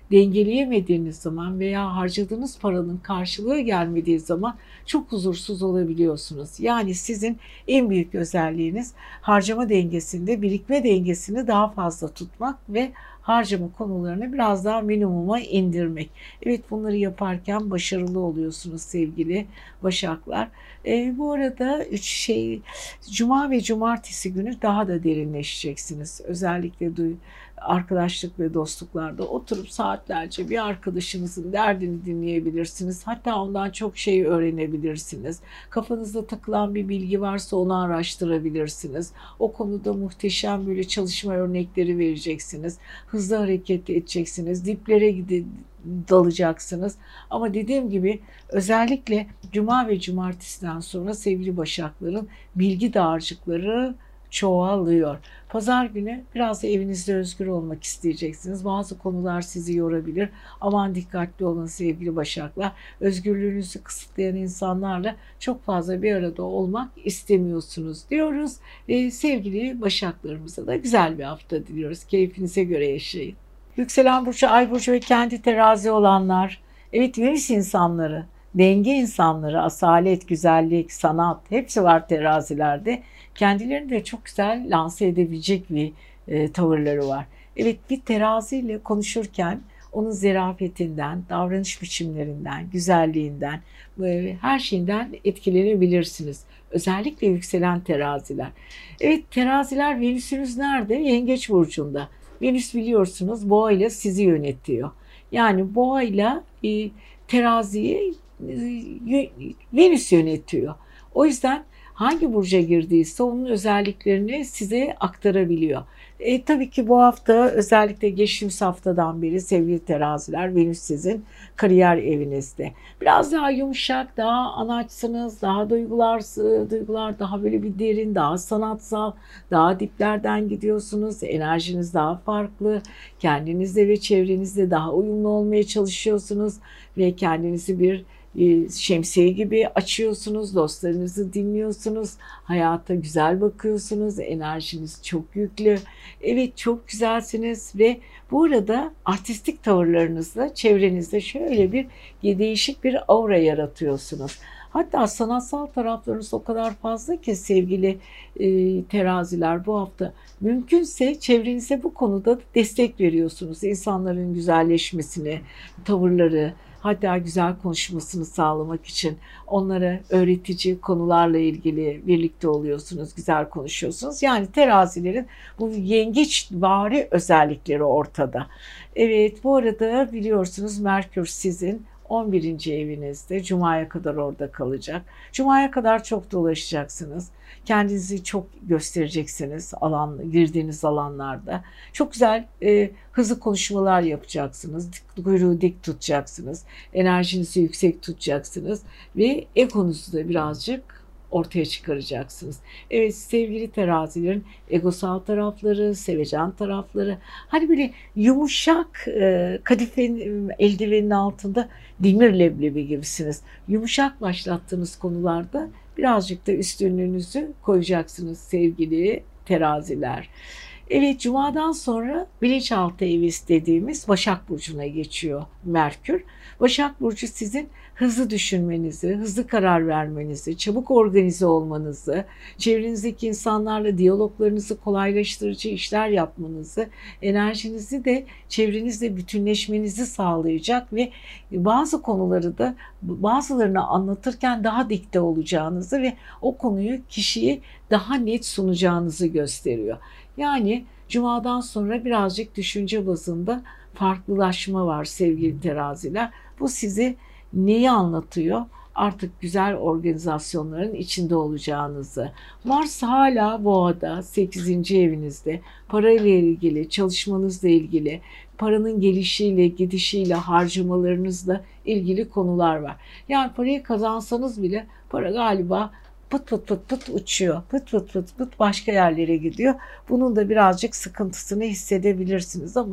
A: dengeleyemediğiniz zaman veya harcadığınız paranın karşılığı gelmediği zaman çok huzursuz olabiliyorsunuz. Yani sizin en büyük özelliğiniz harcama dengesinde birikme dengesini daha fazla tutmak ve harcama konularını biraz daha minimuma indirmek. Evet, bunları yaparken başarılı oluyorsunuz sevgili Başaklar. E, bu arada üç şey Cuma ve Cumartesi günü daha da derinleşeceksiniz. Özellikle duy, arkadaşlık ve dostluklarda oturup saatlerce bir arkadaşınızın derdini dinleyebilirsiniz. Hatta ondan çok şey öğrenebilirsiniz. Kafanızda takılan bir bilgi varsa onu araştırabilirsiniz. O konuda muhteşem böyle çalışma örnekleri vereceksiniz. Hızlı hareket edeceksiniz. Diplere gidin dalacaksınız. Ama dediğim gibi özellikle Cuma ve Cumartesi'den sonra sevgili Başakların bilgi dağarcıkları çoğalıyor. Pazar günü biraz da evinizde özgür olmak isteyeceksiniz. Bazı konular sizi yorabilir. Aman dikkatli olun sevgili Başaklar. Özgürlüğünüzü kısıtlayan insanlarla çok fazla bir arada olmak istemiyorsunuz diyoruz. Ve sevgili Başaklarımıza da güzel bir hafta diliyoruz. Keyfinize göre yaşayın. Yükselen burcu, ay burcu ve kendi terazi olanlar, evet Venüs insanları, denge insanları, asalet, güzellik, sanat hepsi var terazilerde. Kendilerini de çok güzel lanse edebilecek bir e, tavırları var. Evet, bir teraziyle konuşurken onun zerafetinden, davranış biçimlerinden, güzelliğinden, e, her şeyinden etkilenebilirsiniz. Özellikle yükselen teraziler. Evet, teraziler Venüs'ünüz nerede? Yengeç burcunda. Venüs biliyorsunuz Boğa ile sizi yönetiyor. Yani Boğa ile e, teraziyi e, Venüs yönetiyor. O yüzden hangi burca girdiyse onun özelliklerini size aktarabiliyor. E, tabii ki bu hafta özellikle geçtiğimiz haftadan beri sevgili teraziler Venüs sizin kariyer evinizde. Biraz daha yumuşak, daha anaçsınız, daha duygular, duygular daha böyle bir derin, daha sanatsal, daha diplerden gidiyorsunuz. Enerjiniz daha farklı. Kendinizle ve çevrenizle daha uyumlu olmaya çalışıyorsunuz ve kendinizi bir şemsiye gibi açıyorsunuz, dostlarınızı dinliyorsunuz, hayata güzel bakıyorsunuz, enerjiniz çok yüklü. Evet, çok güzelsiniz ve bu arada artistik tavırlarınızla çevrenizde şöyle bir değişik bir aura yaratıyorsunuz. Hatta sanatsal taraflarınız o kadar fazla ki sevgili e, teraziler bu hafta mümkünse çevrenize bu konuda destek veriyorsunuz. İnsanların güzelleşmesini, tavırları, hatta güzel konuşmasını sağlamak için onlara öğretici konularla ilgili birlikte oluyorsunuz, güzel konuşuyorsunuz. Yani terazilerin bu yengeçvari özellikleri ortada. Evet, bu arada biliyorsunuz Merkür sizin on birinci evinizde, Cuma'ya kadar orada kalacak. Cuma'ya kadar çok dolaşacaksınız. Kendinizi çok göstereceksiniz alan, girdiğiniz alanlarda. Çok güzel e, hızlı konuşmalar yapacaksınız. Kuyruğu dik tutacaksınız. Enerjinizi yüksek tutacaksınız. Ve egonuzu da birazcık ortaya çıkaracaksınız. Evet sevgili terazilerin egosal tarafları, sevecen tarafları, hani böyle yumuşak e, kadifenin eldivenin altında demir leblebi gibisiniz. Yumuşak başlattığınız konularda birazcık da üstünlüğünüzü koyacaksınız sevgili teraziler. Evet, Cuma'dan sonra bilinçaltı evi dediğimiz Başak Burcu'na geçiyor Merkür. Başak Burcu sizin hızlı düşünmenizi, hızlı karar vermenizi, çabuk organize olmanızı, çevrenizdeki insanlarla diyaloglarınızı kolaylaştırıcı işler yapmanızı, enerjinizi de çevrenizle bütünleşmenizi sağlayacak ve bazı konuları da bazılarını anlatırken daha dikte olacağınızı ve o konuyu kişiye daha net sunacağınızı gösteriyor. Yani Cuma'dan sonra birazcık düşünce bazında farklılaşma var sevgili teraziler. Bu sizi neyi anlatıyor? Artık güzel organizasyonların içinde olacağınızı. Mars hala Boğa'da sekizinci evinizde parayla ilgili, çalışmanızla ilgili, paranın gelişiyle, gidişiyle, harcamalarınızla ilgili konular var. Yani parayı kazansanız bile para galiba pıt pıt pıt pıt uçuyor. Pıt pıt pıt pıt başka yerlere gidiyor. Bunun da birazcık sıkıntısını hissedebilirsiniz ama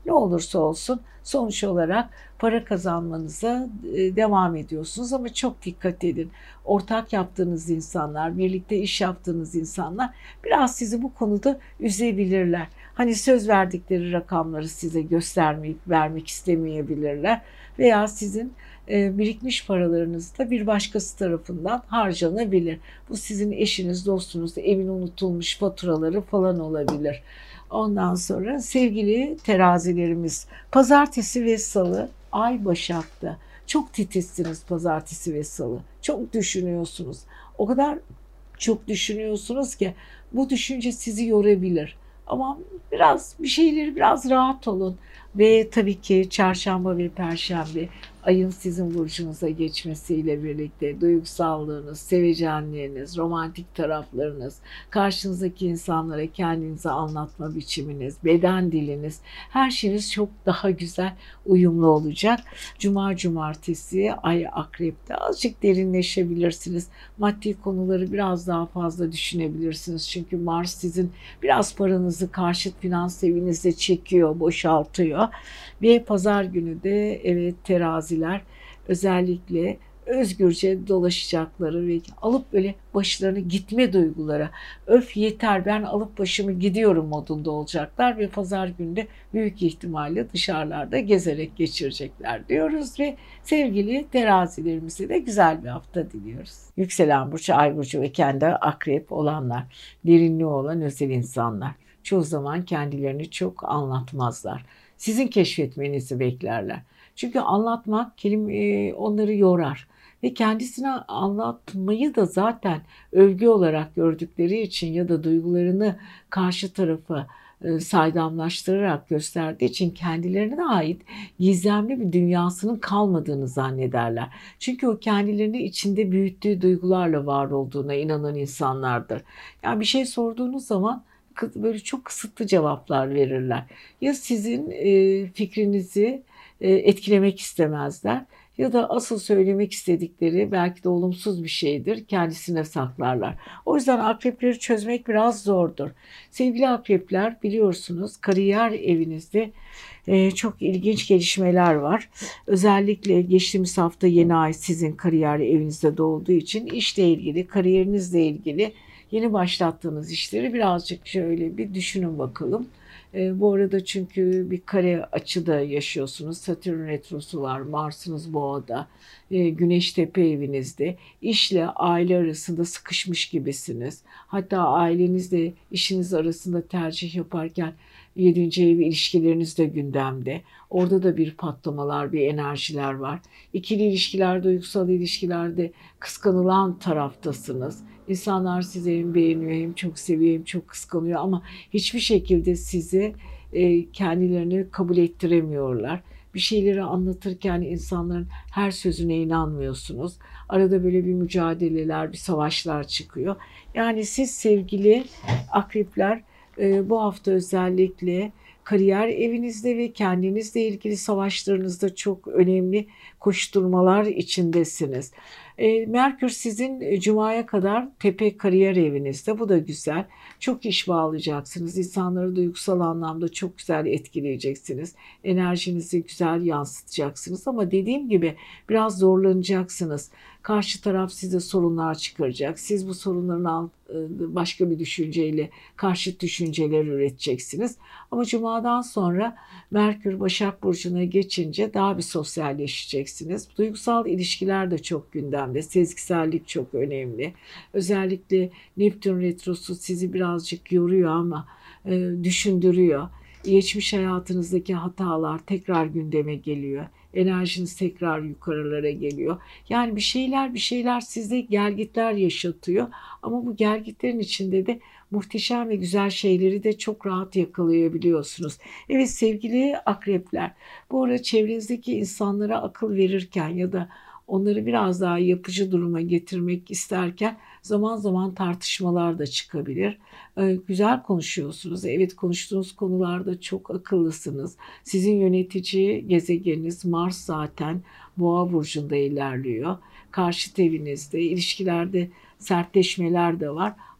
A: Ne olursa olsun sonuç olarak para kazanmanıza e, devam ediyorsunuz ama çok dikkat edin. Ortak yaptığınız insanlar, birlikte iş yaptığınız insanlar biraz sizi bu konuda üzebilirler. Hani söz verdikleri rakamları size göstermeyip vermek istemeyebilirler veya sizin e, birikmiş paralarınız da bir başkası tarafından harcanabilir. Bu sizin eşiniz, dostunuz, evin unutulmuş faturaları falan olabilir. Ondan sonra sevgili terazilerimiz, pazartesi ve salı ay Başak'ta. Çok titizsiniz pazartesi ve salı. Çok düşünüyorsunuz. O kadar çok düşünüyorsunuz ki bu düşünce sizi yorabilir. Ama biraz bir şeyleri biraz rahat olun. Ve tabii ki çarşamba ve perşembe ayın sizin burcunuza geçmesiyle birlikte duygusallığınız, sevecenliğiniz, romantik taraflarınız, karşınızdaki insanlara kendinizi anlatma biçiminiz, beden diliniz, her şeyiniz çok daha güzel uyumlu olacak. Cuma cumartesi ay akrepte azıcık derinleşebilirsiniz. Maddi konuları biraz daha fazla düşünebilirsiniz. Çünkü Mars sizin biraz paranızı karşıt finans evinizde çekiyor, boşaltıyor. Ve pazar günü de evet teraziler özellikle özgürce dolaşacakları ve alıp böyle başlarını gitme duygulara, öf yeter ben alıp başımı gidiyorum modunda olacaklar ve pazar günü de büyük ihtimalle dışarılarda gezerek geçirecekler diyoruz ve sevgili terazilerimize de güzel bir hafta diliyoruz. Yükselen burcu, ay burcu ve kendi akrep olanlar, derinliği olan özel insanlar çoğu zaman kendilerini çok anlatmazlar. Sizin keşfetmenizi beklerler. Çünkü anlatmak kelime onları yorar ve kendisine anlatmayı da zaten övgü olarak gördükleri için ya da duygularını karşı tarafa saydamlaştırarak gösterdiği için kendilerine ait gizemli bir dünyasının kalmadığını zannederler. Çünkü o kendilerini içinde büyüttüğü duygularla var olduğuna inanan insanlardır. Yani bir şey sorduğunuz zaman böyle çok kısıtlı cevaplar verirler. Ya sizin e, fikrinizi e, etkilemek istemezler ya da asıl söylemek istedikleri belki de olumsuz bir şeydir, kendisine saklarlar. O yüzden akrepleri çözmek biraz zordur. Sevgili akrepler biliyorsunuz kariyer evinizde e, çok ilginç gelişmeler var. Özellikle geçtiğimiz hafta yeni ay sizin kariyer evinizde doğduğu için işle ilgili, kariyerinizle ilgili yeni başlattığınız işleri birazcık şöyle bir düşünün bakalım. E, bu arada çünkü bir kare açıda yaşıyorsunuz. Satürn retrosu var. Mars'ınız Boğa'da. E, Güneş tepe evinizde. İşle aile arasında sıkışmış gibisiniz. Hatta ailenizle işiniz arasında tercih yaparken yedinci ev ilişkileriniz de gündemde. Orada da bir patlamalar, bir enerjiler var. İkili ilişkiler, duygusal ilişkilerde kıskanılan taraftasınız. İnsanlar sizi hem beğeniyor hem çok seviyor hem çok kıskanıyor ama hiçbir şekilde sizi e, kendilerini kabul ettiremiyorlar. Bir şeyleri anlatırken insanların her sözüne inanmıyorsunuz. Arada böyle bir mücadeleler, bir savaşlar çıkıyor. Yani siz sevgili akrepler e, bu hafta özellikle kariyer evinizde ve kendinizle ilgili savaşlarınızda çok önemli koşturmalar içindesiniz. E, Merkür sizin e, Cuma'ya kadar tepe kariyer evinizde. Bu da güzel. Çok iş bağlayacaksınız. İnsanları duygusal anlamda çok güzel etkileyeceksiniz. Enerjinizi güzel yansıtacaksınız. Ama dediğim gibi biraz zorlanacaksınız. Karşı taraf size sorunlar çıkaracak. Siz bu sorunların alt, başka bir düşünceyle karşıt düşünceler üreteceksiniz. Ama Cuma'dan sonra Merkür Başak Burcu'na geçince daha bir sosyalleşeceksiniz. Duygusal ilişkiler de çok gündemde. Sezgisellik çok önemli. Özellikle Neptün Retrosu sizi birazcık yoruyor ama e, düşündürüyor. Geçmiş hayatınızdaki hatalar tekrar gündeme geliyor. Enerjiniz tekrar yukarılara geliyor. Yani bir şeyler bir şeyler sizde gelgitler yaşatıyor. Ama bu gelgitlerin içinde de muhteşem ve güzel şeyleri de çok rahat yakalayabiliyorsunuz. Evet sevgili akrepler, bu arada çevrenizdeki insanlara akıl verirken ya da onları biraz daha yapıcı duruma getirmek isterken zaman zaman tartışmalar da çıkabilir. Ee, güzel konuşuyorsunuz. Evet konuştuğunuz konularda çok akıllısınız. Sizin yönetici gezegeniniz Mars zaten Boğa burcunda ilerliyor. Karşıt evinizde, ilişkilerde sertleşmeler de var.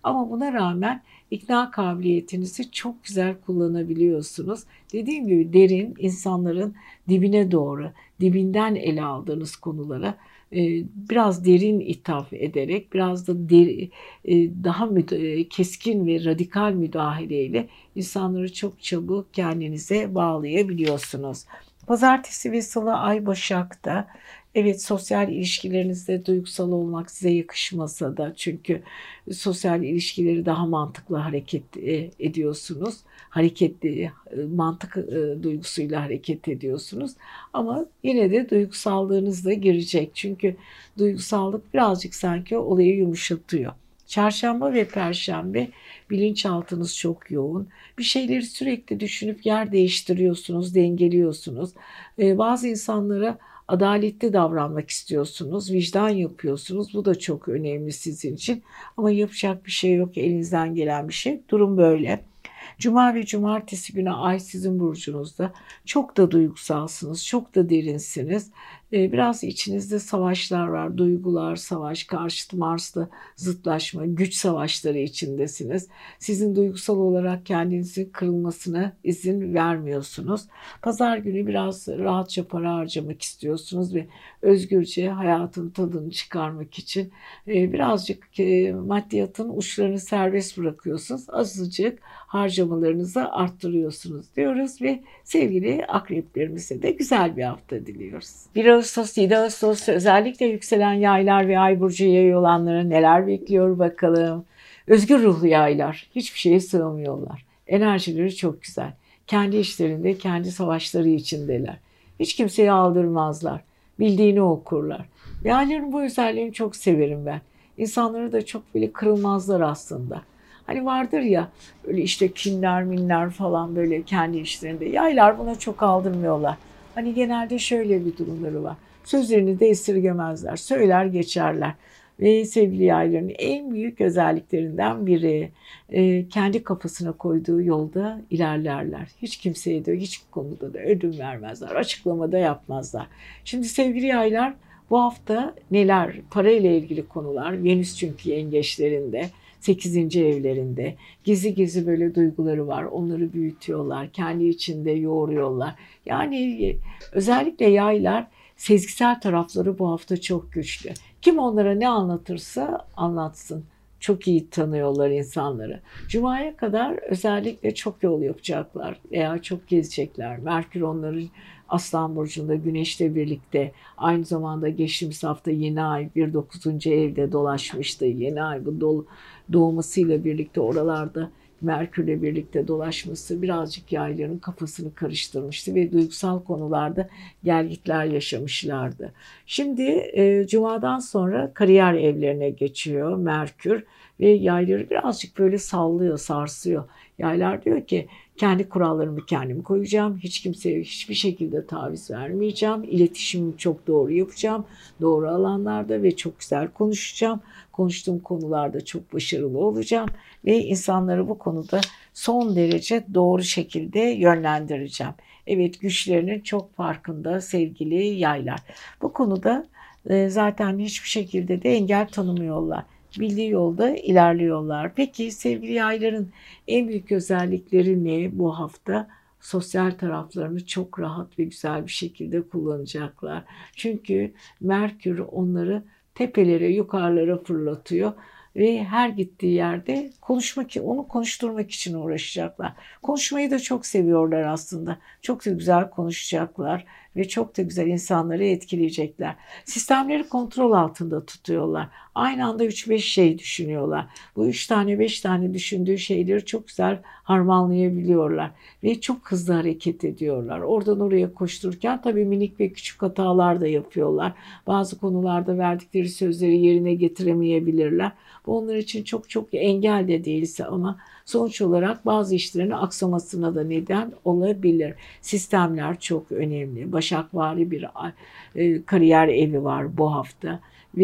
A: Ama buna rağmen ikna kabiliyetinizi çok güzel kullanabiliyorsunuz. Dediğim gibi derin, insanların dibine doğru, dibinden ele aldığınız konulara e, biraz derin ithaf ederek, biraz da deri, e, daha müda- keskin ve radikal müdahaleyle insanları çok çabuk kendinize bağlayabiliyorsunuz. Pazartesi ve Salı Ay Başak'ta. Evet, sosyal ilişkilerinizde duygusal olmak size yakışmasa da, çünkü sosyal ilişkileri daha mantıklı hareket e, ediyorsunuz. Hareketli, e, mantık e, duygusuyla hareket ediyorsunuz. Ama yine de duygusallığınız da girecek. Çünkü duygusallık birazcık sanki olayı yumuşatıyor. Çarşamba ve Perşembe bilinçaltınız çok yoğun. Bir şeyleri sürekli düşünüp yer değiştiriyorsunuz, dengeliyorsunuz. Ee, bazı insanlara adaletli davranmak istiyorsunuz, vicdan yapıyorsunuz. Bu da çok önemli sizin için. Ama yapacak bir şey yok, elinizden gelen bir şey. Durum böyle. Cuma ve cumartesi günü Ay sizin burcunuzda. Çok da duygusalsınız, çok da derinsiniz. Ee, Biraz içinizde savaşlar var, duygular, savaş, karşıt Mars'la zıtlaşma, güç savaşları içindesiniz. Sizin duygusal olarak kendinizin kırılmasına izin vermiyorsunuz. Pazar günü biraz rahatça para harcamak istiyorsunuz ve özgürce hayatın tadını çıkarmak için e, birazcık e, maddiyatın uçlarını serbest bırakıyorsunuz. Azıcık harcamalarınızı arttırıyorsunuz diyoruz ve sevgili akreplerimize de güzel bir hafta diliyoruz. bir Ağustos yedi Ağustos özellikle yükselen yaylar ve ay burcu yay olanlara neler bekliyor bakalım. Özgür ruhlu yaylar hiçbir şeye sığmıyorlar. Enerjileri çok güzel. Kendi işlerinde, kendi savaşları içindeler. Hiç kimseye aldırmazlar. Bildiğini okurlar. Yayların bu özelliğini çok severim ben. İnsanları da çok böyle kırılmazlar aslında. Hani vardır ya öyle işte kinler minler falan böyle kendi işlerinde. Yaylar buna çok aldırmıyorlar. Hani genelde şöyle bir durumları var. Sözlerini de esirgemezler. Söyler geçerler. Ve sevgili yayların en büyük özelliklerinden biri e, kendi kafasına koyduğu yolda ilerlerler. Hiç kimseye de hiç konuda da ödün vermezler. Açıklama da yapmazlar. Şimdi sevgili yaylar bu hafta neler? Parayla ilgili konular. Venüs çünkü yengeçlerinde. sekizinci evlerinde gizli gizli böyle duyguları var. Onları büyütüyorlar. Kendi içinde yoğuruyorlar. Yani özellikle yaylar sezgisel tarafları bu hafta çok güçlü. Kim onlara ne anlatırsa anlatsın. Çok iyi tanıyorlar insanları. Cuma'ya kadar özellikle çok yol yapacaklar veya çok gezecekler. Merkür onların Aslan Burcu'nda Güneş'le birlikte, aynı zamanda geçtiğimiz hafta yeni ay bir dokuzuncu evde dolaşmıştı. Yeni ay bu dolu, doğmasıyla birlikte oralarda Merkür'le birlikte dolaşması birazcık yayların kafasını karıştırmıştı ve duygusal konularda gelgitler yaşamışlardı. Şimdi e, Cuma'dan sonra kariyer evlerine geçiyor Merkür ve yayları birazcık böyle sallıyor, sarsıyor. Yaylar diyor ki kendi kurallarımı kendim koyacağım. Hiç kimseye hiçbir şekilde taviz vermeyeceğim. İletişimimi çok doğru yapacağım. Doğru alanlarda ve çok güzel konuşacağım. Konuştuğum konularda çok başarılı olacağım. Ve insanları bu konuda son derece doğru şekilde yönlendireceğim. Evet, güçlerinin çok farkında sevgili yaylar. Bu konuda e, zaten hiçbir şekilde de engel tanımıyorlar. Bildiği yolda ilerliyorlar. Peki sevgili yayların en büyük özellikleri ne bu hafta? Sosyal taraflarını çok rahat ve güzel bir şekilde kullanacaklar. Çünkü Merkür onları tepelere, yukarılara fırlatıyor ve her gittiği yerde konuşmak, onu konuşturmak için uğraşacaklar. Konuşmayı da çok seviyorlar aslında. Çok da güzel konuşacaklar ve çok da güzel insanları etkileyecekler. Sistemleri kontrol altında tutuyorlar. Aynı anda üç beş şey düşünüyorlar. Bu üç tane beş tane düşündüğü şeyleri çok güzel harmanlayabiliyorlar ve çok hızlı hareket ediyorlar. Oradan oraya koştururken tabii minik ve küçük hatalar da yapıyorlar. Bazı konularda verdikleri sözleri yerine getiremeyebilirler. Bu onlar için çok çok engel de değilse ama sonuç olarak bazı işlerin aksamasına da neden olabilir. Sistemler çok önemli. Başakvari bir e, kariyer evi var bu hafta ve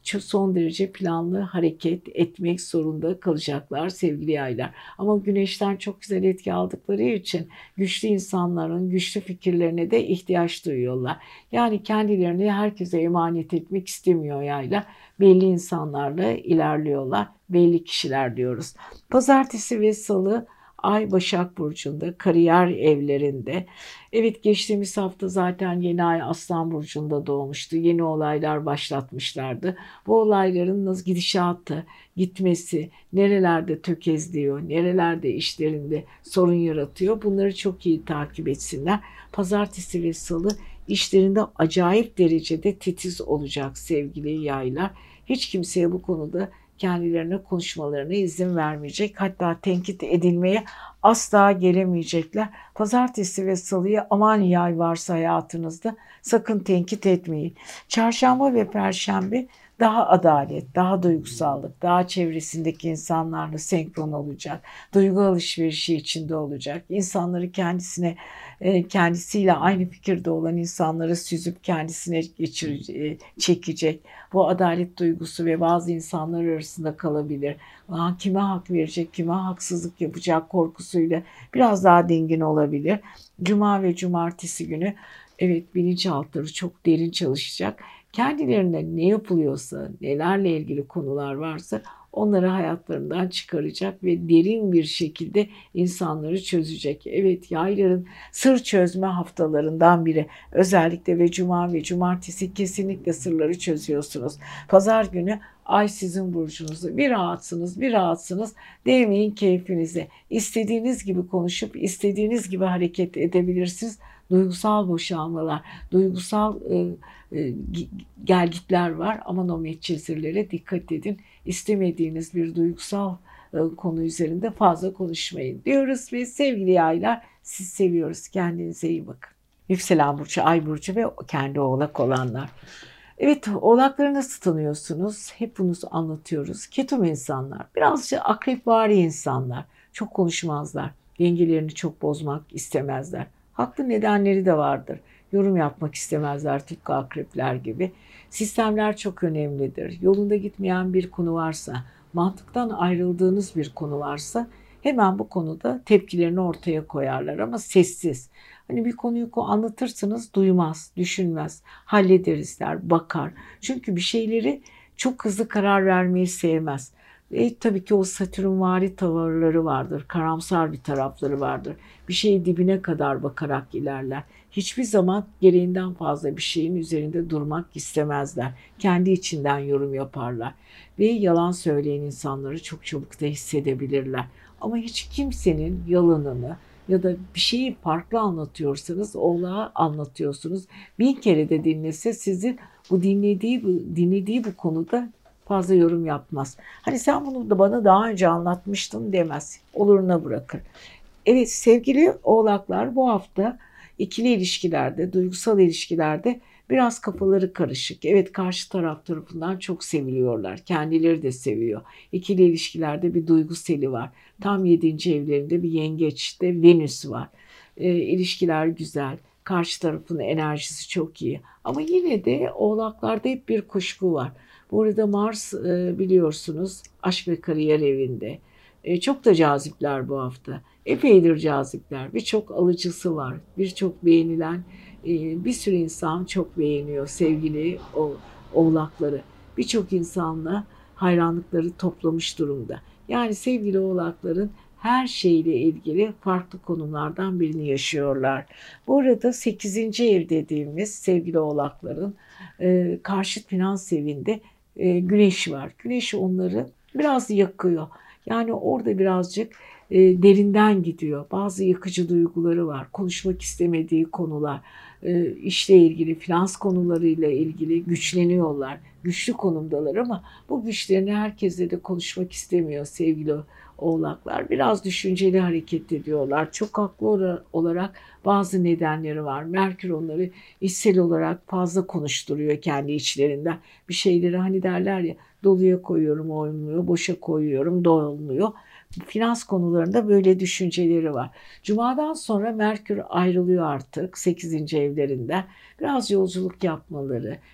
A: çok son derece planlı hareket etmek zorunda kalacaklar sevgili yaylar. Ama güneşten çok güzel etki aldıkları için güçlü insanların güçlü fikirlerine de ihtiyaç duyuyorlar. Yani kendilerini herkese emanet etmek istemiyor yaylar. Belli insanlarla ilerliyorlar. Belli kişiler diyoruz. Pazartesi ve salı Ay Başak Burcu'nda, kariyer evlerinde. Evet, geçtiğimiz hafta zaten yeni ay Aslan Burcu'nda doğmuştu. Yeni olaylar başlatmışlardı. Bu olayların nasıl gidişatı, gitmesi, nerelerde tökezliyor, nerelerde işlerinde sorun yaratıyor. Bunları çok iyi takip etsinler. Pazartesi ve salı işlerinde acayip derecede titiz olacak sevgili yaylar. Hiç kimseye bu konuda kendilerine konuşmalarına izin vermeyecek. Hatta tenkit edilmeye asla gelemeyecekler. Pazartesi ve salıyı aman yay varsa hayatınızda sakın tenkit etmeyin. Çarşamba ve perşembe daha adalet, daha duygusallık, daha çevresindeki insanlarla senkron olacak. Duygu alışverişi içinde olacak. İnsanları kendisine, kendisiyle aynı fikirde olan insanları süzüp kendisine geçirecek, çekecek. Bu adalet duygusu ve bazı insanlar arasında kalabilir. Aa, kime hak verecek, kime haksızlık yapacak korkusuyla biraz daha dingin olabilir. Cuma ve cumartesi günü evet, bilinçaltları çok derin çalışacak. Kendilerine ne yapılıyorsa, nelerle ilgili konular varsa onları hayatlarından çıkaracak ve derin bir şekilde insanları çözecek. Evet, yayların sır çözme haftalarından biri. Özellikle ve cuma ve cumartesi kesinlikle sırları çözüyorsunuz. Pazar günü Ay sizin burcunuzda. Bir rahatsınız, bir rahatsınız. Değmeyin keyfinize. İstediğiniz gibi konuşup istediğiniz gibi hareket edebilirsiniz. Duygusal boşalmalar, duygusal e, e, gelgitler var. Aman o medcezirlere dikkat edin. İstemediğiniz bir duygusal e, konu üzerinde fazla konuşmayın diyoruz ve sevgili yaylar, siz seviyoruz. Kendinize iyi bakın. Yükselen burcu, ay burcu ve kendi oğlak olanlar. Evet, oğlakları nasıl tanıyorsunuz? Hep bunu anlatıyoruz. Ketum insanlar, birazcık akrepvari insanlar. Çok konuşmazlar. Dengelerini çok bozmak istemezler. Haklı nedenleri de vardır. Yorum yapmak istemezler tıpkı akrepler gibi. Sistemler çok önemlidir. Yolunda gitmeyen bir konu varsa, mantıktan ayrıldığınız bir konu varsa hemen bu konuda tepkilerini ortaya koyarlar ama sessiz. Hani bir konuyu anlatırsınız, duymaz, düşünmez, hallederiz der, bakar. Çünkü bir şeyleri çok hızlı karar vermeyi sevmez. E, tabii ki o Satürnvari tavırları vardır, karamsar bir tarafları vardır. Bir şeyi dibine kadar bakarak ilerler. Hiçbir zaman gereğinden fazla bir şeyin üzerinde durmak istemezler. Kendi içinden yorum yaparlar. Ve yalan söyleyen insanları çok çabuk da hissedebilirler. Ama hiç kimsenin yalanını ya da bir şeyi farklı anlatıyorsanız oğlağa anlatıyorsunuz. Bin kere de dinlese sizin bu dinlediği, bu dinlediği bu konuda fazla yorum yapmaz. Hani sen bunu da bana daha önce anlatmıştın demez. Oluruna bırakır. Evet sevgili oğlaklar, bu hafta ikili ilişkilerde, duygusal ilişkilerde biraz kafaları karışık. Evet, karşı taraf tarafından çok seviliyorlar. Kendileri de seviyor. İkili ilişkilerde bir duygu seli var. Tam yedinci evlerinde bir yengeçte Venüs var. E, ilişkiler güzel. Karşı tarafın enerjisi çok iyi. Ama yine de oğlaklarda hep bir kuşku var. Bu arada Mars e, biliyorsunuz aşk ve kariyer evinde. E, çok da cazipler bu hafta. Epeydir cazipler. Birçok alıcısı var. Birçok beğenilen, e, bir sürü insan çok beğeniyor sevgili o, oğlakları. Birçok insanla hayranlıkları toplamış durumda. Yani sevgili oğlakların her şeyle ilgili farklı konumlardan birini yaşıyorlar. Bu arada sekizinci ev dediğimiz sevgili oğlakların e, karşıt finans evinde e, güneş var. Güneş onları biraz yakıyor. Yani orada birazcık e, derinden gidiyor. Bazı yakıcı duyguları var. Konuşmak istemediği konular, e, işle ilgili, finans konularıyla ilgili güçleniyorlar. Güçlü konumdalar ama bu güçlerini herkesle de konuşmak istemiyor sevgili oğlaklar. Biraz düşünceli hareket ediyorlar. Çok haklı olarak bazı nedenleri var. Merkür onları içsel olarak fazla konuşturuyor kendi içlerinden. Bir şeyleri hani derler ya, doluya koyuyorum olmuyor, boşa koyuyorum dolmuyor. Finans konularında böyle düşünceleri var. Cuma'dan sonra Merkür ayrılıyor artık sekizinci evlerinden. Biraz yolculuk yapmaları,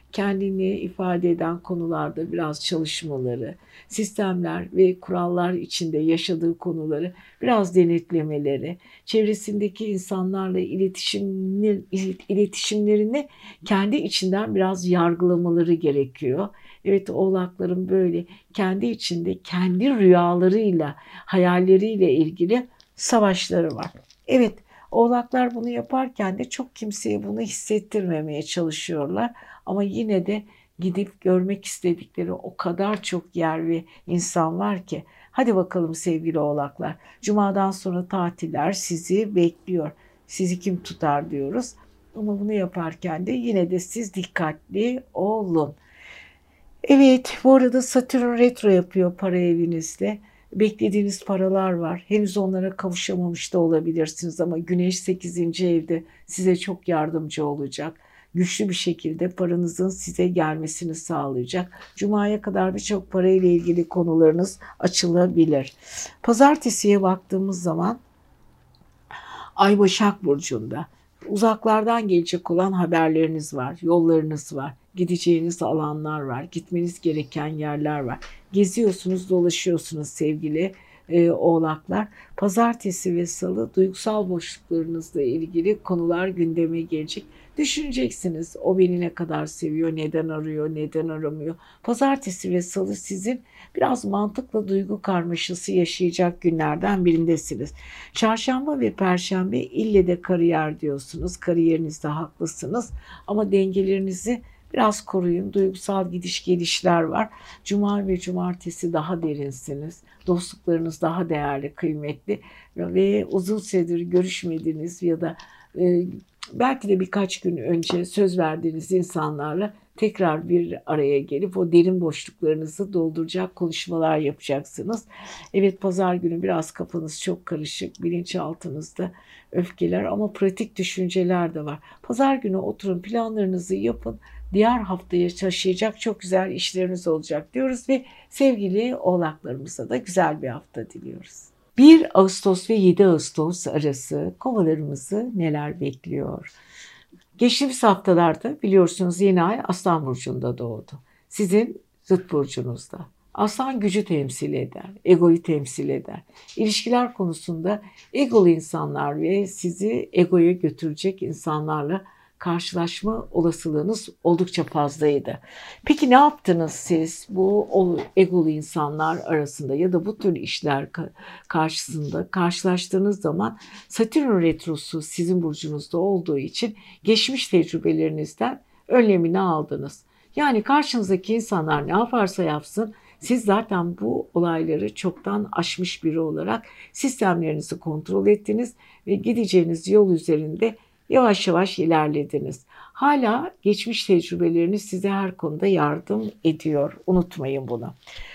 A: kendini ifade eden konularda biraz çalışmaları, sistemler ve kurallar içinde yaşadığı konuları biraz denetlemeleri, çevresindeki insanlarla iletişimler, iletişimlerini kendi içinden biraz yargılamaları gerekiyor. Evet, oğlakların böyle kendi içinde kendi rüyalarıyla, hayalleriyle ilgili savaşları var. Evet, oğlaklar bunu yaparken de çok kimseye bunu hissettirmemeye çalışıyorlar. Ama yine de gidip görmek istedikleri o kadar çok yer ve insan var ki. Hadi bakalım sevgili oğlaklar. Cumadan sonra tatiller sizi bekliyor. Sizi kim tutar diyoruz. Ama bunu yaparken de yine de siz dikkatli olun. Evet, bu arada Satürn retro yapıyor para evinizde. Beklediğiniz paralar var. Henüz onlara kavuşamamış da olabilirsiniz ama Güneş sekizinci evde size çok yardımcı olacak. Güçlü bir şekilde paranızın size gelmesini sağlayacak. Cuma'ya kadar birçok parayla ilgili konularınız açılabilir. Pazartesiye baktığımız zaman Ay Başak Burcu'nda. Uzaklardan gelecek olan haberleriniz var, yollarınız var, gideceğiniz alanlar var, gitmeniz gereken yerler var. Geziyorsunuz, dolaşıyorsunuz sevgili e, oğlaklar. Pazartesi ve salı duygusal boşluklarınızla ilgili konular gündeme gelecek. Düşüneceksiniz, o beni ne kadar seviyor, neden arıyor, neden aramıyor. Pazartesi ve salı sizin biraz mantıkla duygu karmaşası yaşayacak günlerden birindesiniz. Çarşamba ve perşembe ille de kariyer diyorsunuz. Kariyerinizde haklısınız ama dengelerinizi biraz koruyun. Duygusal gidiş gelişler var. Cuma ve cumartesi daha derinsiniz. Dostluklarınız daha değerli, kıymetli ve uzun süredir görüşmediğiniz ya da e, belki de birkaç gün önce söz verdiğiniz insanlarla tekrar bir araya gelip o derin boşluklarınızı dolduracak konuşmalar yapacaksınız. Evet, pazar günü biraz kafanız çok karışık, bilinçaltınızda öfkeler ama pratik düşünceler de var. Pazar günü oturun, planlarınızı yapın. Diğer haftaya taşıyacak çok güzel işleriniz olacak diyoruz ve sevgili oğlaklarımıza da güzel bir hafta diliyoruz. bir Ağustos ve yedi Ağustos arası kovalarımızı neler bekliyor? Geçtiğimiz haftalarda biliyorsunuz yeni ay Aslan Burcu'nda doğdu. Sizin zıt burcunuzda. Aslan gücü temsil eder, egoyu temsil eder. İlişkiler konusunda egolu insanlar ve sizi egoya götürecek insanlarla karşılaşma olasılığınız oldukça fazlaydı. Peki ne yaptınız siz bu egolu insanlar arasında ya da bu tür işler karşısında karşılaştığınız zaman Satürn retrosu sizin burcunuzda olduğu için geçmiş tecrübelerinizden önlemini aldınız. Yani karşınızdaki insanlar ne yaparsa yapsın siz zaten bu olayları çoktan aşmış biri olarak sistemlerinizi kontrol ettiniz ve gideceğiniz yol üzerinde yavaş yavaş ilerlediniz. Hala geçmiş tecrübeleriniz size her konuda yardım ediyor. Unutmayın bunu.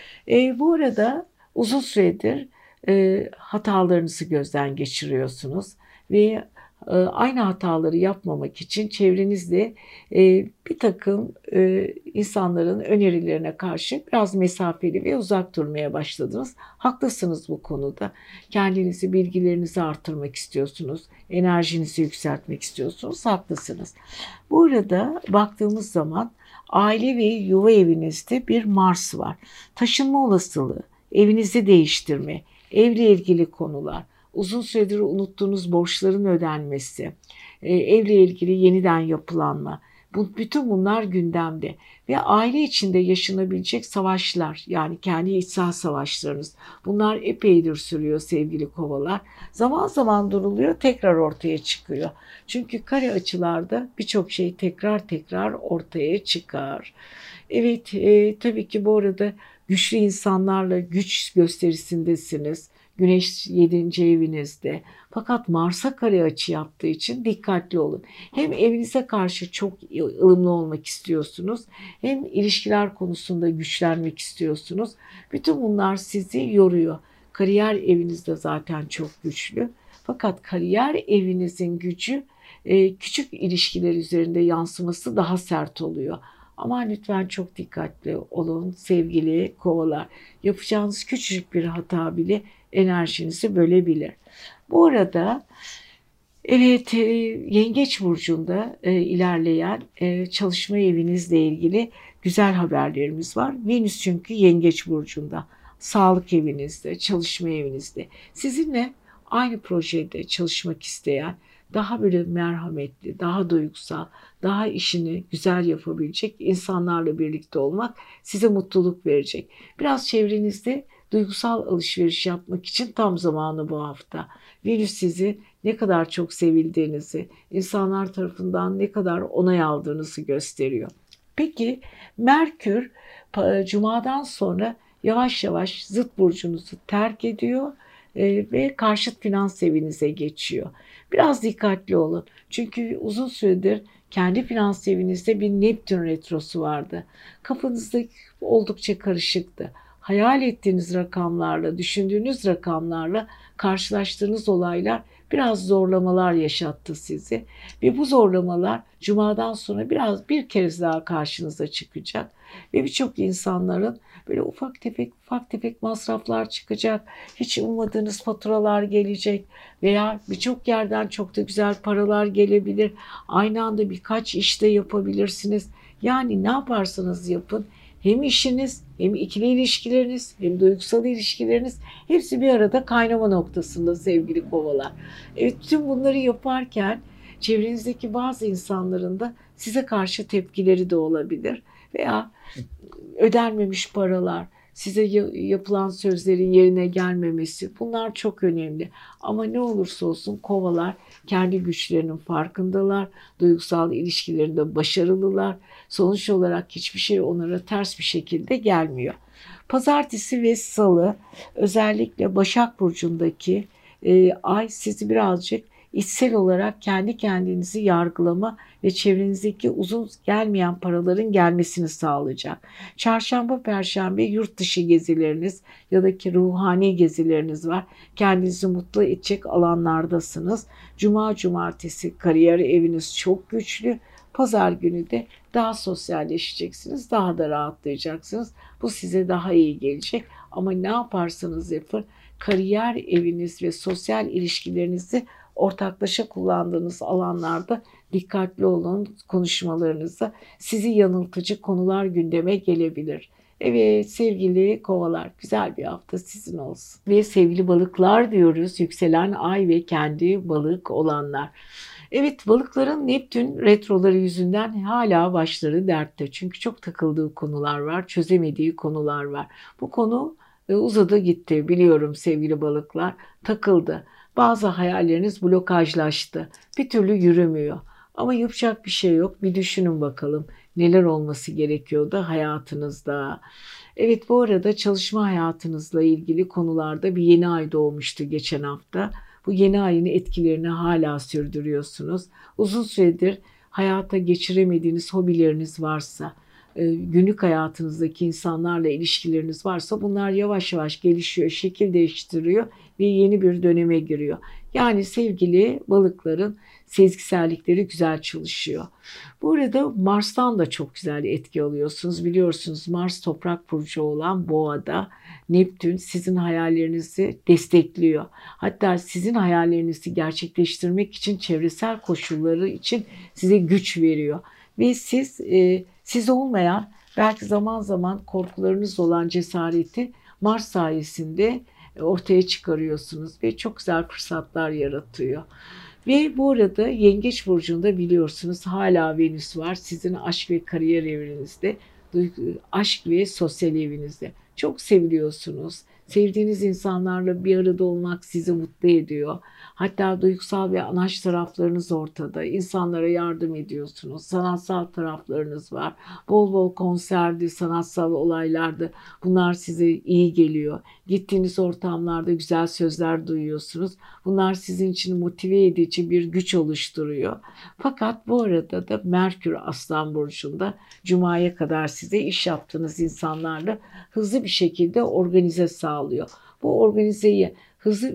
A: E, bu arada uzun süredir e, hatalarınızı gözden geçiriyorsunuz ve e, aynı hataları yapmamak için çevrenizde e, bir takım e, insanların önerilerine karşı biraz mesafeli ve uzak durmaya başladınız. Haklısınız bu konuda. Kendinizi, bilgilerinizi artırmak istiyorsunuz. Enerjinizi yükseltmek istiyorsunuz. Haklısınız. Bu arada baktığımız zaman aile ve yuva evinizde bir Mars var. Taşınma olasılığı, evinizi değiştirme, evle ilgili konular, uzun süredir unuttuğunuz borçların ödenmesi, evle ilgili yeniden yapılanma, bu, bütün bunlar gündemde. Ve aile içinde yaşanabilecek savaşlar, yani kendi içsel savaşlarınız, bunlar epeydir sürüyor sevgili kovalar. Zaman zaman duruluyor, tekrar ortaya çıkıyor. Çünkü kare açılarda birçok şey tekrar tekrar ortaya çıkar. Evet, e, tabii ki bu arada güçlü insanlarla güç gösterisindesiniz. Güneş yedinci evinizde. Fakat Mars'a kare açı yaptığı için dikkatli olun. Hem evinize karşı çok ılımlı olmak istiyorsunuz, hem ilişkiler konusunda güçlenmek istiyorsunuz. Bütün bunlar sizi yoruyor. Kariyer evinizde zaten çok güçlü. Fakat kariyer evinizin gücü küçük ilişkiler üzerinde yansıması daha sert oluyor. Ama lütfen çok dikkatli olun sevgili kovalar. Yapacağınız küçücük bir hata bile enerjinizi bölebilir. Bu arada Evet, e, Yengeç burcunda e, ilerleyen e, çalışma evinizle ilgili güzel haberlerimiz var. Venüs çünkü Yengeç burcunda, sağlık evinizde, çalışma evinizde. Sizinle aynı projede çalışmak isteyen, daha böyle merhametli, daha duygusal, daha işini güzel yapabilecek insanlarla birlikte olmak size mutluluk verecek. Biraz çevrenizde duygusal alışveriş yapmak için tam zamanı bu hafta. Venüs sizi ne kadar çok sevildiğinizi, insanlar tarafından ne kadar onay aldığınızı gösteriyor. Peki Merkür Cuma'dan sonra yavaş yavaş zıt burcunuzu terk ediyor e, ve karşıt finans evinize geçiyor. Biraz dikkatli olun. Çünkü uzun süredir kendi finans evinizde bir Neptün retrosu vardı. Kafanızda oldukça karışıktı. Hayal ettiğiniz rakamlarla, düşündüğünüz rakamlarla karşılaştığınız olaylar biraz zorlamalar yaşattı sizi. Ve bu zorlamalar Cuma'dan sonra biraz bir kez daha karşınıza çıkacak. Ve birçok insanların böyle ufak tefek ufak tefek masraflar çıkacak. Hiç ummadığınız faturalar gelecek. Veya birçok yerden çok da güzel paralar gelebilir. Aynı anda birkaç işte yapabilirsiniz. Yani ne yaparsanız yapın, hem işiniz hem ikili ilişkileriniz hem duygusal ilişkileriniz hepsi bir arada kaynama noktasında sevgili kovalar. Evet, tüm bunları yaparken çevrenizdeki bazı insanların da size karşı tepkileri de olabilir. Veya ödenmemiş paralar, size yapılan sözlerin yerine gelmemesi, bunlar çok önemli. Ama ne olursa olsun kovalar kendi güçlerinin farkındalar, duygusal ilişkilerinde başarılılar. Sonuç olarak hiçbir şey onlara ters bir şekilde gelmiyor. Pazartesi ve salı özellikle Başak Burcu'ndaki e, ay sizi birazcık içsel olarak kendi kendinizi yargılama ve çevrenizdeki uzun gelmeyen paraların gelmesini sağlayacak. Çarşamba, Perşembe yurt dışı gezileriniz ya da ki ruhani gezileriniz var. Kendinizi mutlu edecek alanlardasınız. Cuma, Cumartesi kariyer eviniz çok güçlü. Pazar günü de daha sosyalleşeceksiniz, daha da rahatlayacaksınız. Bu size daha iyi gelecek. Ama ne yaparsanız yapın, kariyer eviniz ve sosyal ilişkilerinizi ortaklaşa kullandığınız alanlarda dikkatli olun konuşmalarınızda. Sizi yanıltıcı konular gündeme gelebilir. Evet sevgili kovalar, güzel bir hafta sizin olsun. Ve sevgili balıklar diyoruz, yükselen ay ve kendi balık olanlar. Evet, balıkların Neptün retroları yüzünden hala başları dertte. Çünkü çok takıldığı konular var, çözemediği konular var. Bu konu e, uzadı gitti biliyorum sevgili balıklar, takıldı. Bazı hayalleriniz blokajlaştı. Bir türlü yürümüyor. Ama yapacak bir şey yok. Bir düşünün bakalım neler olması gerekiyor da hayatınızda. Evet, bu arada çalışma hayatınızla ilgili konularda bir yeni ay doğmuştu geçen hafta. Bu yeni ayın etkilerini hala sürdürüyorsunuz. Uzun süredir hayata geçiremediğiniz hobileriniz varsa, e, günlük hayatınızdaki insanlarla ilişkileriniz varsa bunlar yavaş yavaş gelişiyor, şekil değiştiriyor ve yeni bir döneme giriyor. Yani sevgili balıkların sezgisellikleri güzel çalışıyor. Bu arada Mars'tan da çok güzel etki alıyorsunuz. Biliyorsunuz Mars toprak burcu olan Boğa'da, Neptün sizin hayallerinizi destekliyor. Hatta sizin hayallerinizi gerçekleştirmek için çevresel koşulları için size güç veriyor. Ve siz e, siz olmayan belki zaman zaman korkularınız olan cesareti Mars sayesinde ortaya çıkarıyorsunuz ve çok güzel fırsatlar yaratıyor. Ve bu arada Yengeç Burcu'nda biliyorsunuz hala Venüs var. Sizin aşk ve kariyer evinizde, aşk ve sosyal evinizde. Çok seviliyorsunuz. Sevdiğiniz insanlarla bir arada olmak sizi mutlu ediyor. Hatta duygusal ve anaç taraflarınız ortada. İnsanlara yardım ediyorsunuz. Sanatsal taraflarınız var. Bol bol konserdi, sanatsal olaylarda bunlar size iyi geliyor. Gittiğiniz ortamlarda güzel sözler duyuyorsunuz. Bunlar sizin için motive edici bir güç oluşturuyor. Fakat bu arada da Merkür Aslan Burcu'nda Cuma'ya kadar size iş yaptığınız insanlarla hızlı bir şekilde organize sağlıyor. Bu organizeyi hızlı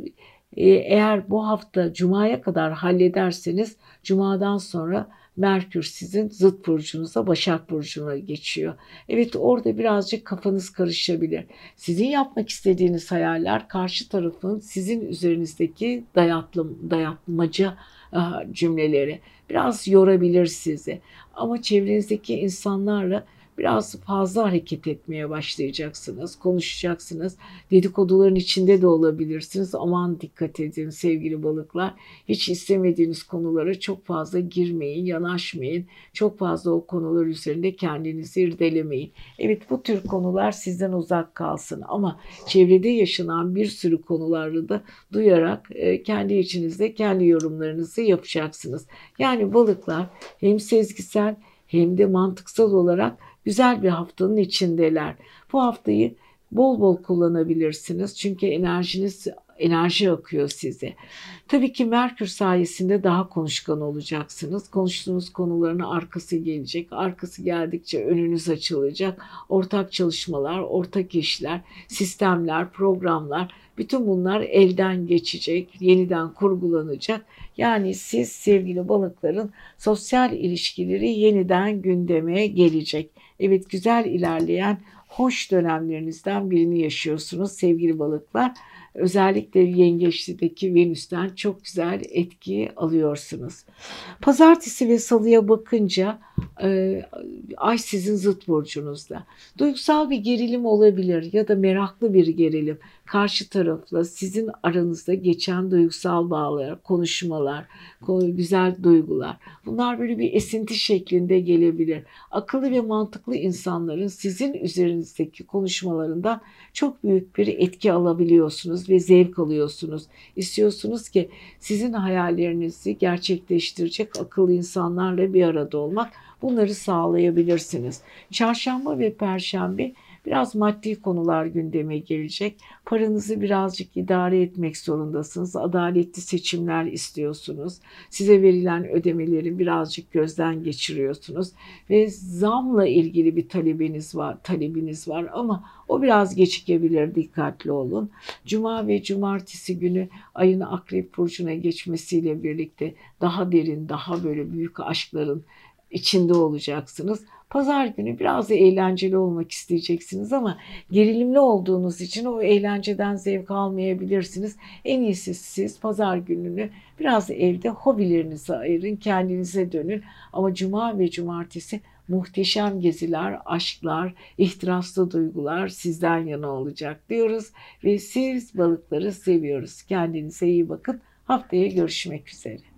A: E, eğer bu hafta Cuma'ya kadar hallederseniz Cuma'dan sonra Merkür sizin zıt burcunuza, Başak Burcu'na geçiyor. Evet, orada birazcık kafanız karışabilir. Sizin yapmak istediğiniz hayaller karşı tarafın sizin üzerinizdeki dayatlı, dayatmaca cümleleri biraz yorabilir sizi. Ama çevrenizdeki insanlarla biraz fazla hareket etmeye başlayacaksınız, konuşacaksınız. Dedikoduların içinde de olabilirsiniz. Aman dikkat edin sevgili balıklar. Hiç istemediğiniz konulara çok fazla girmeyin, yanaşmayın. Çok fazla o konular üzerinde kendinizi irdelemeyin. Evet, bu tür konular sizden uzak kalsın ama çevrede yaşanan bir sürü konuları da duyarak kendi içinizde kendi yorumlarınızı yapacaksınız. Yani balıklar hem sezgisel hem de mantıksal olarak güzel bir haftanın içindeler. Bu haftayı bol bol kullanabilirsiniz. Çünkü enerjiniz enerji akıyor size. Tabii ki Merkür sayesinde daha konuşkan olacaksınız. Konuştuğunuz konuların arkası gelecek. Arkası geldikçe önünüz açılacak. Ortak çalışmalar, ortak işler, sistemler, programlar, bütün bunlar elden geçecek, yeniden kurgulanacak. Yani siz sevgili balıkların sosyal ilişkileri yeniden gündeme gelecek. Evet, güzel ilerleyen hoş dönemlerinizden birini yaşıyorsunuz sevgili balıklar. Özellikle yengeçteki Venüs'ten çok güzel etki alıyorsunuz. Pazartesi ve salıya bakınca e, ay sizin zıt burcunuzda. Duygusal bir gerilim olabilir ya da meraklı bir gerilim. Karşı tarafla sizin aranızda geçen duygusal bağlar, konuşmalar, güzel duygular. Bunlar böyle bir esinti şeklinde gelebilir. Akıllı ve mantıklı insanların sizin üzerinizdeki konuşmalarından çok büyük bir etki alabiliyorsunuz ve zevk alıyorsunuz. İstiyorsunuz ki sizin hayallerinizi gerçekleştirecek akıllı insanlarla bir arada olmak, bunları sağlayabilirsiniz. Çarşamba ve Perşembe biraz maddi konular gündeme gelecek. Paranızı birazcık idare etmek zorundasınız. Adaletli seçimler istiyorsunuz. Size verilen ödemeleri birazcık gözden geçiriyorsunuz ve zamla ilgili bir talebiniz var, talebiniz var ama o biraz gecikebilir, dikkatli olun. Cuma ve cumartesi günü ayın Akrep burcuna geçmesiyle birlikte daha derin, daha böyle büyük aşkların içinde olacaksınız. Pazar günü biraz da eğlenceli olmak isteyeceksiniz ama gerilimli olduğunuz için o eğlenceden zevk almayabilirsiniz. En iyisi siz pazar gününü biraz evde hobilerinize ayırın, kendinize dönün. Ama cuma ve cumartesi muhteşem geziler, aşklar, ihtiraslı duygular sizden yana olacak diyoruz. Ve siz balıkları seviyoruz. Kendinize iyi bakın. Haftaya görüşmek üzere.